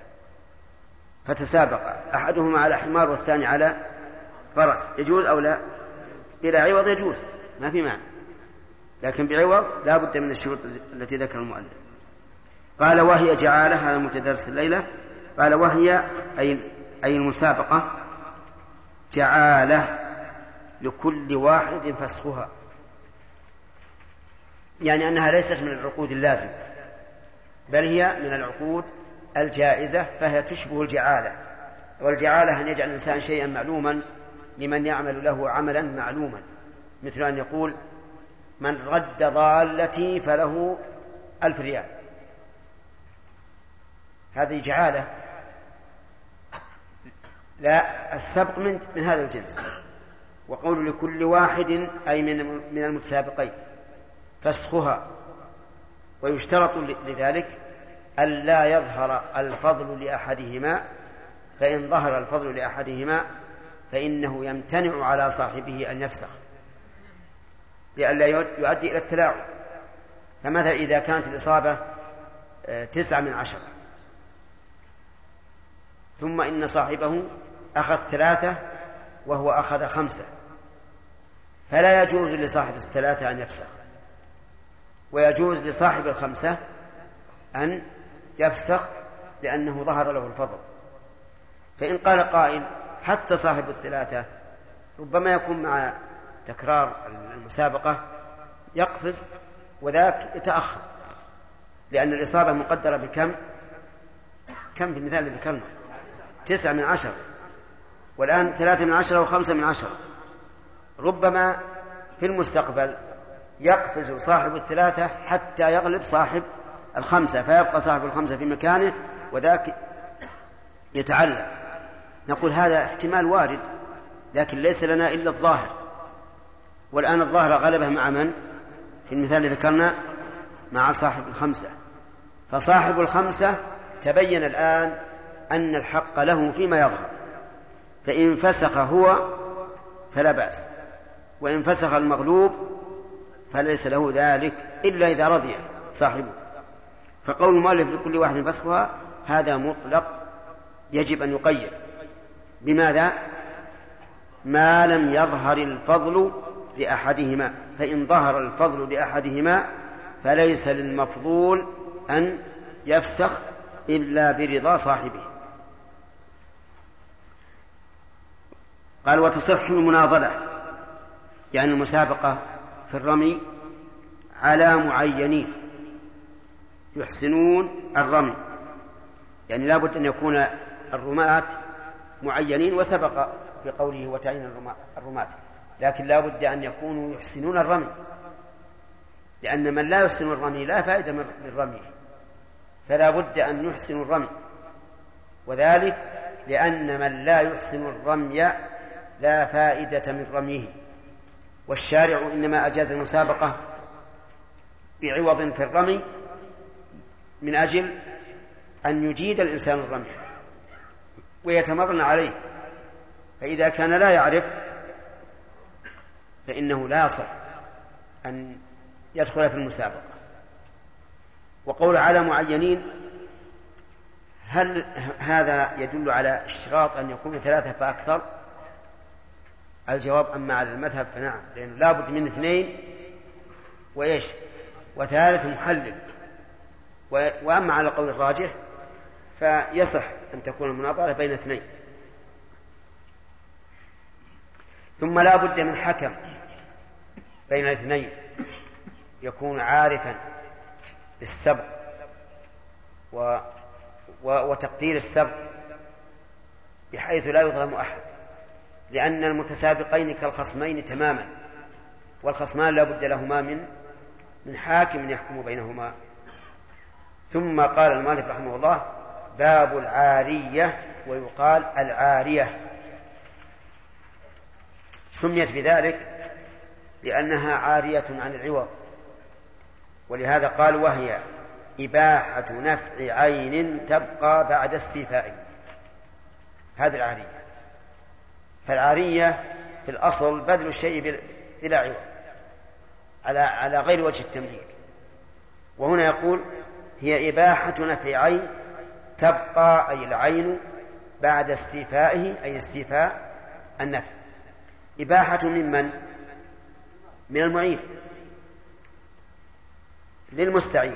فتسابق أحدهما على حمار والثاني على فرس، يجوز أو لا؟ بلا عوض يجوز، ما في معنى، لكن بعوض لا بد من الشروط التي ذكر المؤلف. قال وهي جعالة، هذا متدرس الليلة. قال وهي أي المسابقة جعالة لكل واحد فسخها، يعني أنها ليست من العقود اللازمة بل هي من العقود الجائزة، فهي تشبه الجعالة. والجعالة أن يجعل الإنسان شيئا معلوما لمن يعمل له عملا معلوما، مثل أن يقول من رد ضالتي فله 1000 ريال، هذه جعالة. لا، السبق من هذا الجنس. وقول لكل واحد أي من المتسابقين فسخها، ويشترط لذلك ألا يظهر الفضل لأحدهما، فإن ظهر الفضل لأحدهما فإنه يمتنع على صاحبه أن يفسخ لئلا يؤدي إلى التلاعب. فمثلا إذا كانت الإصابة 9 من 10 ثم إن صاحبه أخذ 3 وهو أخذ 5، فلا يجوز لصاحب 3 أن يفسخ، ويجوز لصاحب 5 أن يفسخ لأنه ظهر له الفضل. فإن قال قائل حتى صاحب 3 ربما يكون مع تكرار المسابقة يقفز وذاك يتأخر، لأن الإصابة مقدرة بكم في المثال الذي ذكرنا 9 من 10، والآن 3 من 10 و5 من 10. ربما في المستقبل يقفز صاحب 3 حتى يغلب صاحب 5، فيبقى صاحب 5 في مكانه وذاك يتعلق. نقول هذا احتمال وارد، لكن ليس لنا إلا الظاهر، والآن الظاهر غلبه مع من؟ في المثال الذي ذكرنا مع صاحب 5. فصاحب 5 تبين الآن أن الحق له فيما يظهر، فإن فسخ هو فلا بأس، وإن فسخ المغلوب فليس له ذلك إلا إذا رضي صاحبه. فقول المؤلف لكل واحد فسخها هذا مطلق يجب أن يقيد بماذا؟ ما لم يظهر الفضل لأحدهما، فإن ظهر الفضل لأحدهما فليس للمفضول أن يفسخ إلا برضا صاحبه. قال وتصح المناضلة يعني المسابقة في الرمي على معينين يحسنون الرمي، يعني لا بد أن يكون الرماة معينين، وسبق في قوله وتعين الرماة، لكن لا بد أن يكونوا يحسنون الرمي، لأن من لا يحسن الرمي لا فائدة من رميه، فلا بد أن يحسنوا الرمي، وذلك لأن من لا يحسن الرمي لا فائدة من رميه. والشارع إنما أجاز المسابقة بعوض في الرمي من أجل أن يجيد الإنسان الرمي ويتمرن عليه، فإذا كان لا يعرف فإنه لا يصح أن يدخل في المسابقة. وقول على معينين، هل هذا يدل على اشتراط أن يكون 3 فأكثر؟ الجواب أما على المذهب فنعم، لأنه لا بد من 2 وإيش و3 محلل. وأما على القول الراجح فيصح أن تكون المناظرة بين 2. ثم لا بد من حكم بين 2 يكون عارفا بالسبق وتقدير السبق بحيث لا يظلم أحد، لأن المتسابقين كالخصمين تماما، والخصمان لا بد لهما من حاكم يحكم بينهما. ثم قال المؤلف رحمه الله باب العارية، ويقال العارية، سميت بذلك لأنها عارية عن العوض، ولهذا قال وهي إباحة نفع عين تبقى بعد استيفائه. هذه العارية. فالعارية في الأصل بذل الشيء بلا عوض على غير وجه التمليك، وهنا يقول هي إباحة نفع عين تبقى، أي العين بعد استيفائه، أي استيفاء النفع. إباحة من المعين للمستعين.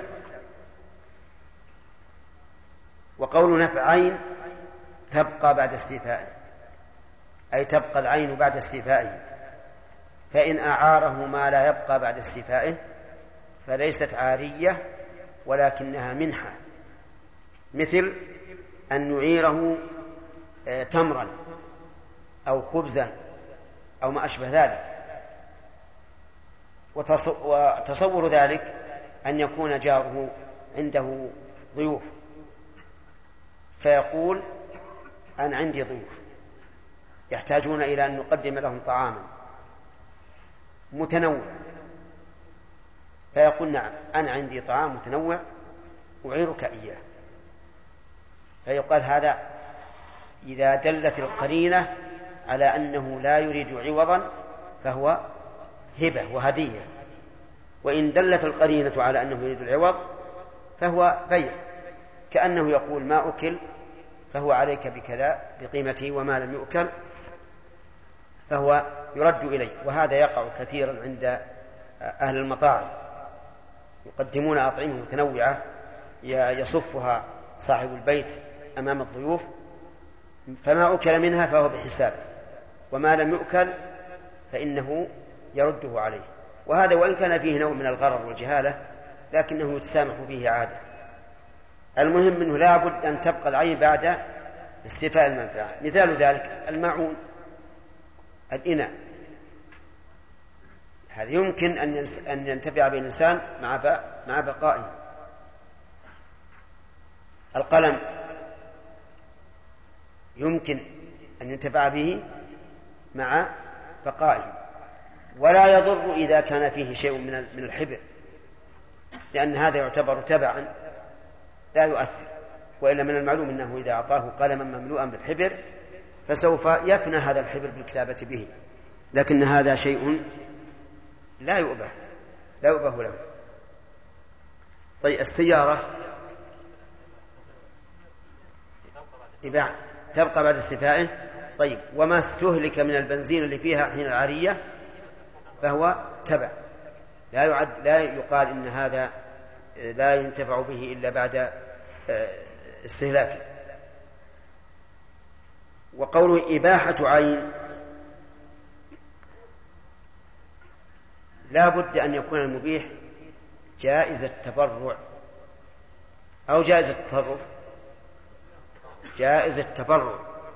وقول نفع عين تبقى بعد استيفائه، أي تبقى العين بعد استيفائه، فإن أعاره ما لا يبقى بعد استيفائه فليست عارية ولكنها منحة، مثل أن يعيره تمرا أو خبزا أو ما أشبه ذلك. وتصور ذلك أن يكون جاره عنده ضيوف فيقول أنا عندي ضيوف يحتاجون إلى أن نقدم لهم طعاما متنوع، فيقول نعم أنا عندي طعام متنوع أعيرك إياه، فيقال هذا إذا دلت القرينة على أنه لا يريد عوضا فهو هبة وهدية، وإن دلت القرينة على أنه يريد العوض فهو بيع، كأنه يقول ما أكل فهو عليك بكذا بقيمته، وما لم يؤكل فهو يرد إليه. وهذا يقع كثيرا عند أهل المطاعم، يقدمون أطعمة متنوعة يصفها صاحب البيت أمام الضيوف، فما أكل منها فهو بحساب، وما لم يؤكل فإنه يرده عليه. وهذا وإن كان فيه نوع من الغرر والجهالة لكنه يتسامح فيه عادة. المهم أنه لا بد أن تبقى العين بعد استيفاء المنفعة. مثال ذلك الماعون، الإناء، هذا يمكن أن ينتفع به الإنسان مع بقائه. القلم يمكن أن ينتفع به مع بقائه، ولا يضر إذا كان فيه شيء من الحبر، لأن هذا يعتبر تبعا لا يؤثر. وإلا من المعلوم أنه إذا أعطاه قلما مملوءا بالحبر فسوف يفنى هذا الحبر بالكتابة به، لكن هذا شيء لا يؤبه له. طيب السيارة تبقى بعد استيفائه. طيب، وما استهلك من البنزين اللي فيها حين العارية فهو تبع، لا يقال إن هذا لا ينتفع به إلا بعد استهلاكه. وقوله إباحة عين لا بد أن يكون المبيح جائز التبرع أو جائز التصرف. جائز التبرع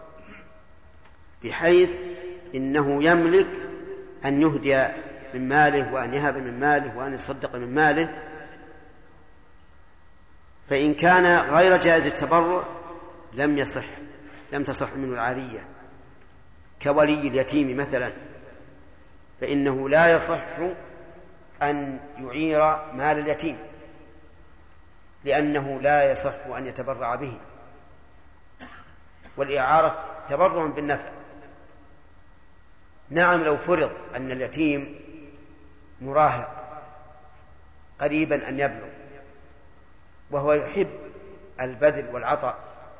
بحيث إنه يملك أن يهدي من ماله وأن يهب من ماله وأن يصدق من ماله. فإن كان غير جائز التبرع لم تصح منه العارية، كولي اليتيم مثلا، فإنه لا يصح أن يعير مال اليتيم لأنه لا يصح أن يتبرع به، والإعارة تبرع بالنفع. نعم، لو فرض أن اليتيم مراهق قريبا أن يبلغ وهو يحب البذل والعطاء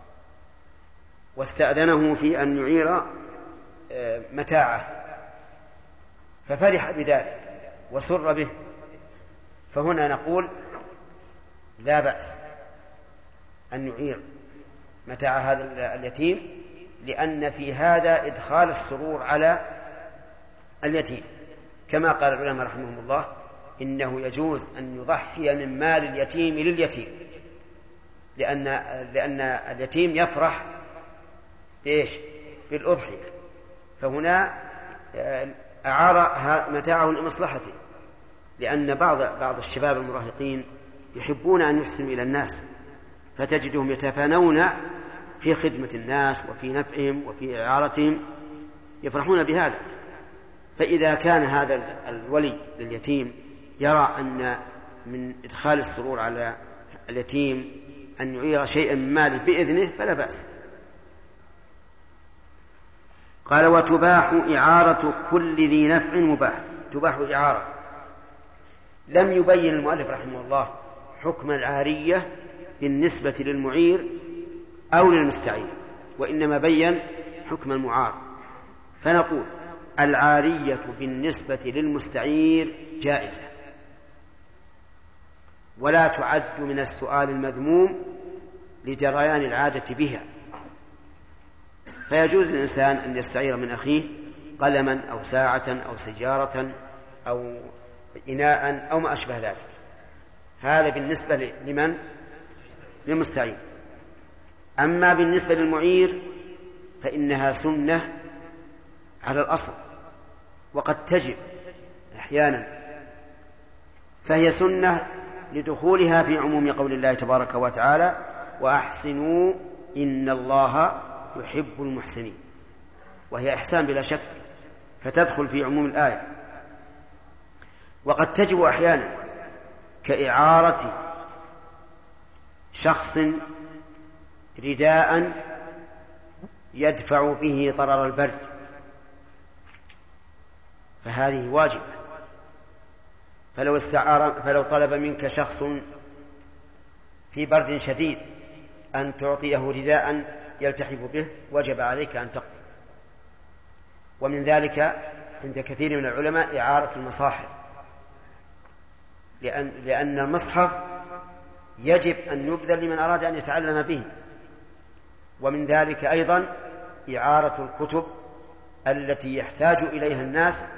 واستأذنه في أن يعير متاعه ففرح بذلك وسر به، فهنا نقول لا بأس أن يعير متاع هذا اليتيم، لأن في هذا إدخال السرور على اليتيم، كما قال العلماء رحمهم الله إنه يجوز أن يضحي من مال اليتيم لليتيم، لأن اليتيم يفرح بالأضحية، فهنا أعار متاعه لمصلحته، لأن بعض الشباب المراهقين يحبون أن يحسنوا إلى الناس، فتجدهم يتفانون في خدمة الناس وفي نفعهم وفي إعارتهم، يفرحون بهذا. فإذا كان هذا الولي لليتيم يرى أن من إدخال السرور على اليتيم أن يعير شيئا من ماله بإذنه فلا بأس. قال وتباح إعارة كل ذي نفع مباح. تباح إعارة. لم يبين المؤلف رحمه الله حكم العارية بالنسبة للمعير أو للمستعير، وإنما بين حكم المعار. فنقول العارية بالنسبة للمستعير جائزة، ولا تعد من السؤال المذموم لجريان العادة بها، فيجوز للإنسان أن يستعير من أخيه قلما أو ساعة أو سيارة أو إناء أو ما أشبه ذلك. هذا بالنسبة لمن؟ للمستعير. أما بالنسبة للمعير فإنها سنة على الأصل، وقد تجب أحيانا، فهي سنة لدخولها في عموم قول الله تبارك وتعالى وأحسنوا إن الله يحب المحسنين، وهي إحسان بلا شك، فتدخل في عموم الآية. وقد تجب أحيانا كإعارة شخص رداء يدفع به ضرر البرد، فهذه واجبة. فلو طلب منك شخص في برد شديد أن تعطيه رداء يلتحف به وجب عليك أن تقضي. ومن ذلك عند كثير من العلماء إعارة المصاحف، لأن المصحف يجب أن يبذل لمن أراد أن يتعلم به. ومن ذلك أيضا إعارة الكتب التي يحتاج إليها الناس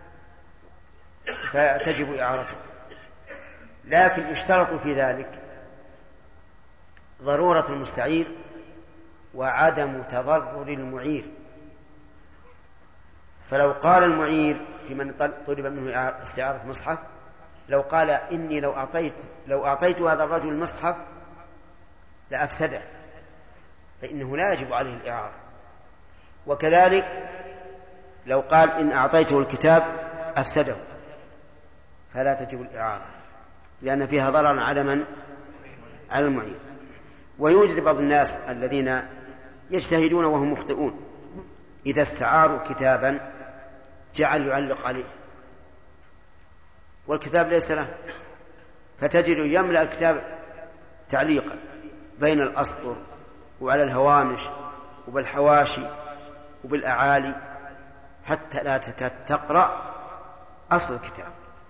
فتجب إعارته، لكن يشترط في ذلك ضرورة المستعير وعدم تضرر المعير. فلو قال المعير في من طلب منه استعارة مصحف، لو قال إني لو أعطيت هذا الرجل المصحف لأفسده، فإنه لا يجب عليه الإعارة. وكذلك لو قال إن أعطيته الكتاب أفسده فلا تجب الإعارة، لأن فيها ضررا على المعير. ويوجد بعض الناس الذين يجتهدون وهم مخطئون، إذا استعاروا كتابا جعل يعلق عليه والكتاب ليس له، فتجد يملأ الكتاب تعليقا بين الأسطر وعلى الهوامش وبالحواشي وبالأعالي حتى لا تكاد تقرأ أصل الكتاب.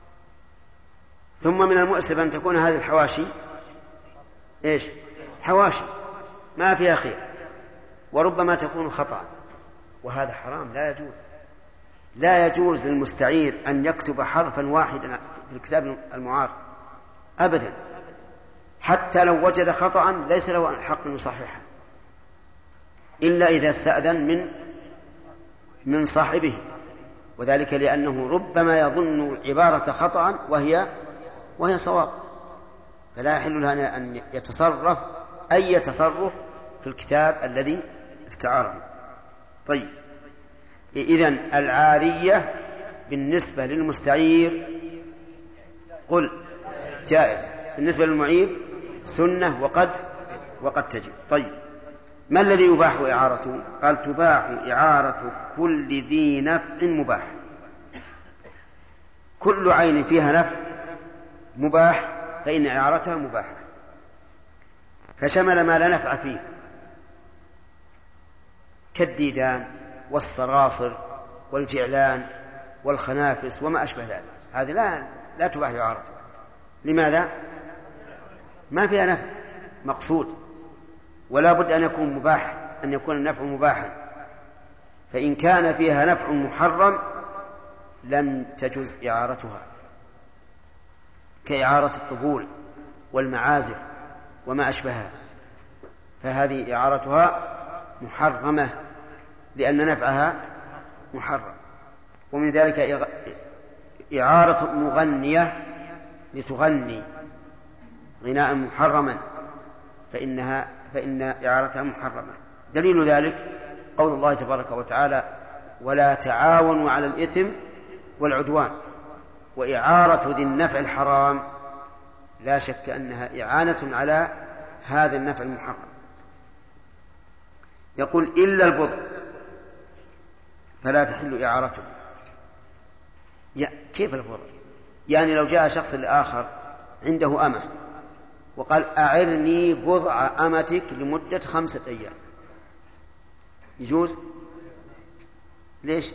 ثم من المؤسف أن تكون هذه الحواشي إيش؟ حواشي ما فيها خير، وربما تكون خطأ، وهذا حرام لا يجوز. لا يجوز للمستعير أن يكتب حرفا واحدا في الكتاب المعار أبدا، حتى لو وجد خطأ ليس له حق أن يصححه إلا إذا استأذن من صاحبه، وذلك لأنه ربما يظن عبارة خطأ وهي صواب، فلا يحل له أن يتصرف أي تصرف في الكتاب الذي استعاره. طيب، إذن العارية بالنسبة للمستعير قل جائزة، بالنسبة للمعير سنة وقد تجب. طيب، ما الذي يباح إعارته؟ قال تباح إعارة كل ذي نفع مباح. كل عين فيها نفع مباح فإن إعارتها مباحة، فشمل ما لا نفع فيه كالديدان والصراصر والجعلان والخنافس وما أشبه ذلك، هذه لا تباح إعارتها. لماذا؟ ما فيها نفع مقصود، ولا بد أن يكون مباح، أن يكون النفع مباحا، فإن كان فيها نفع محرم لم تجوز إعارتها، كإعارة الطبول والمعازف وما أشبهها، فهذه إعارتها محرمة لأن نفعها محرم. ومن ذلك إعارة مغنية لتغني غناء محرما فإن إعارتها محرمة. دليل ذلك قول الله تبارك وتعالى: ولا تعاونوا على الإثم والعدوان. وإعارة ذي النفع الحرام لا شك أنها إعانة على هذا النفع المحرم. يقول: إلا البضع فلا تحل إعارته. كيف البضع؟ يعني لو جاء شخص لآخر عنده أمة وقال: أعرني بضع أمتك لمدة 5 أيام، يجوز؟ ليش؟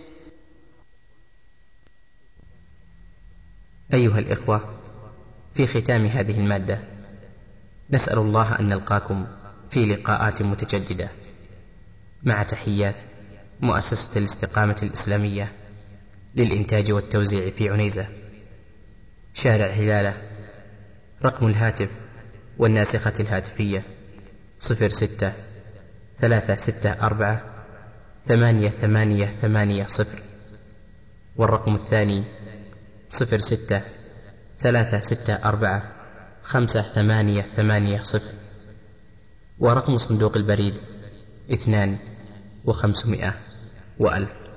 أيها الإخوة، في ختام هذه المادة نسأل الله أن نلقاكم في لقاءات متجددة، مع تحيات مؤسسة الاستقامة الإسلامية للإنتاج والتوزيع في عنيزة، شارع هلالة. رقم الهاتف والناسخة الهاتفية 06-364-8880، والرقم الثاني 06-364-5880، ورقم صندوق البريد 2500 و1000.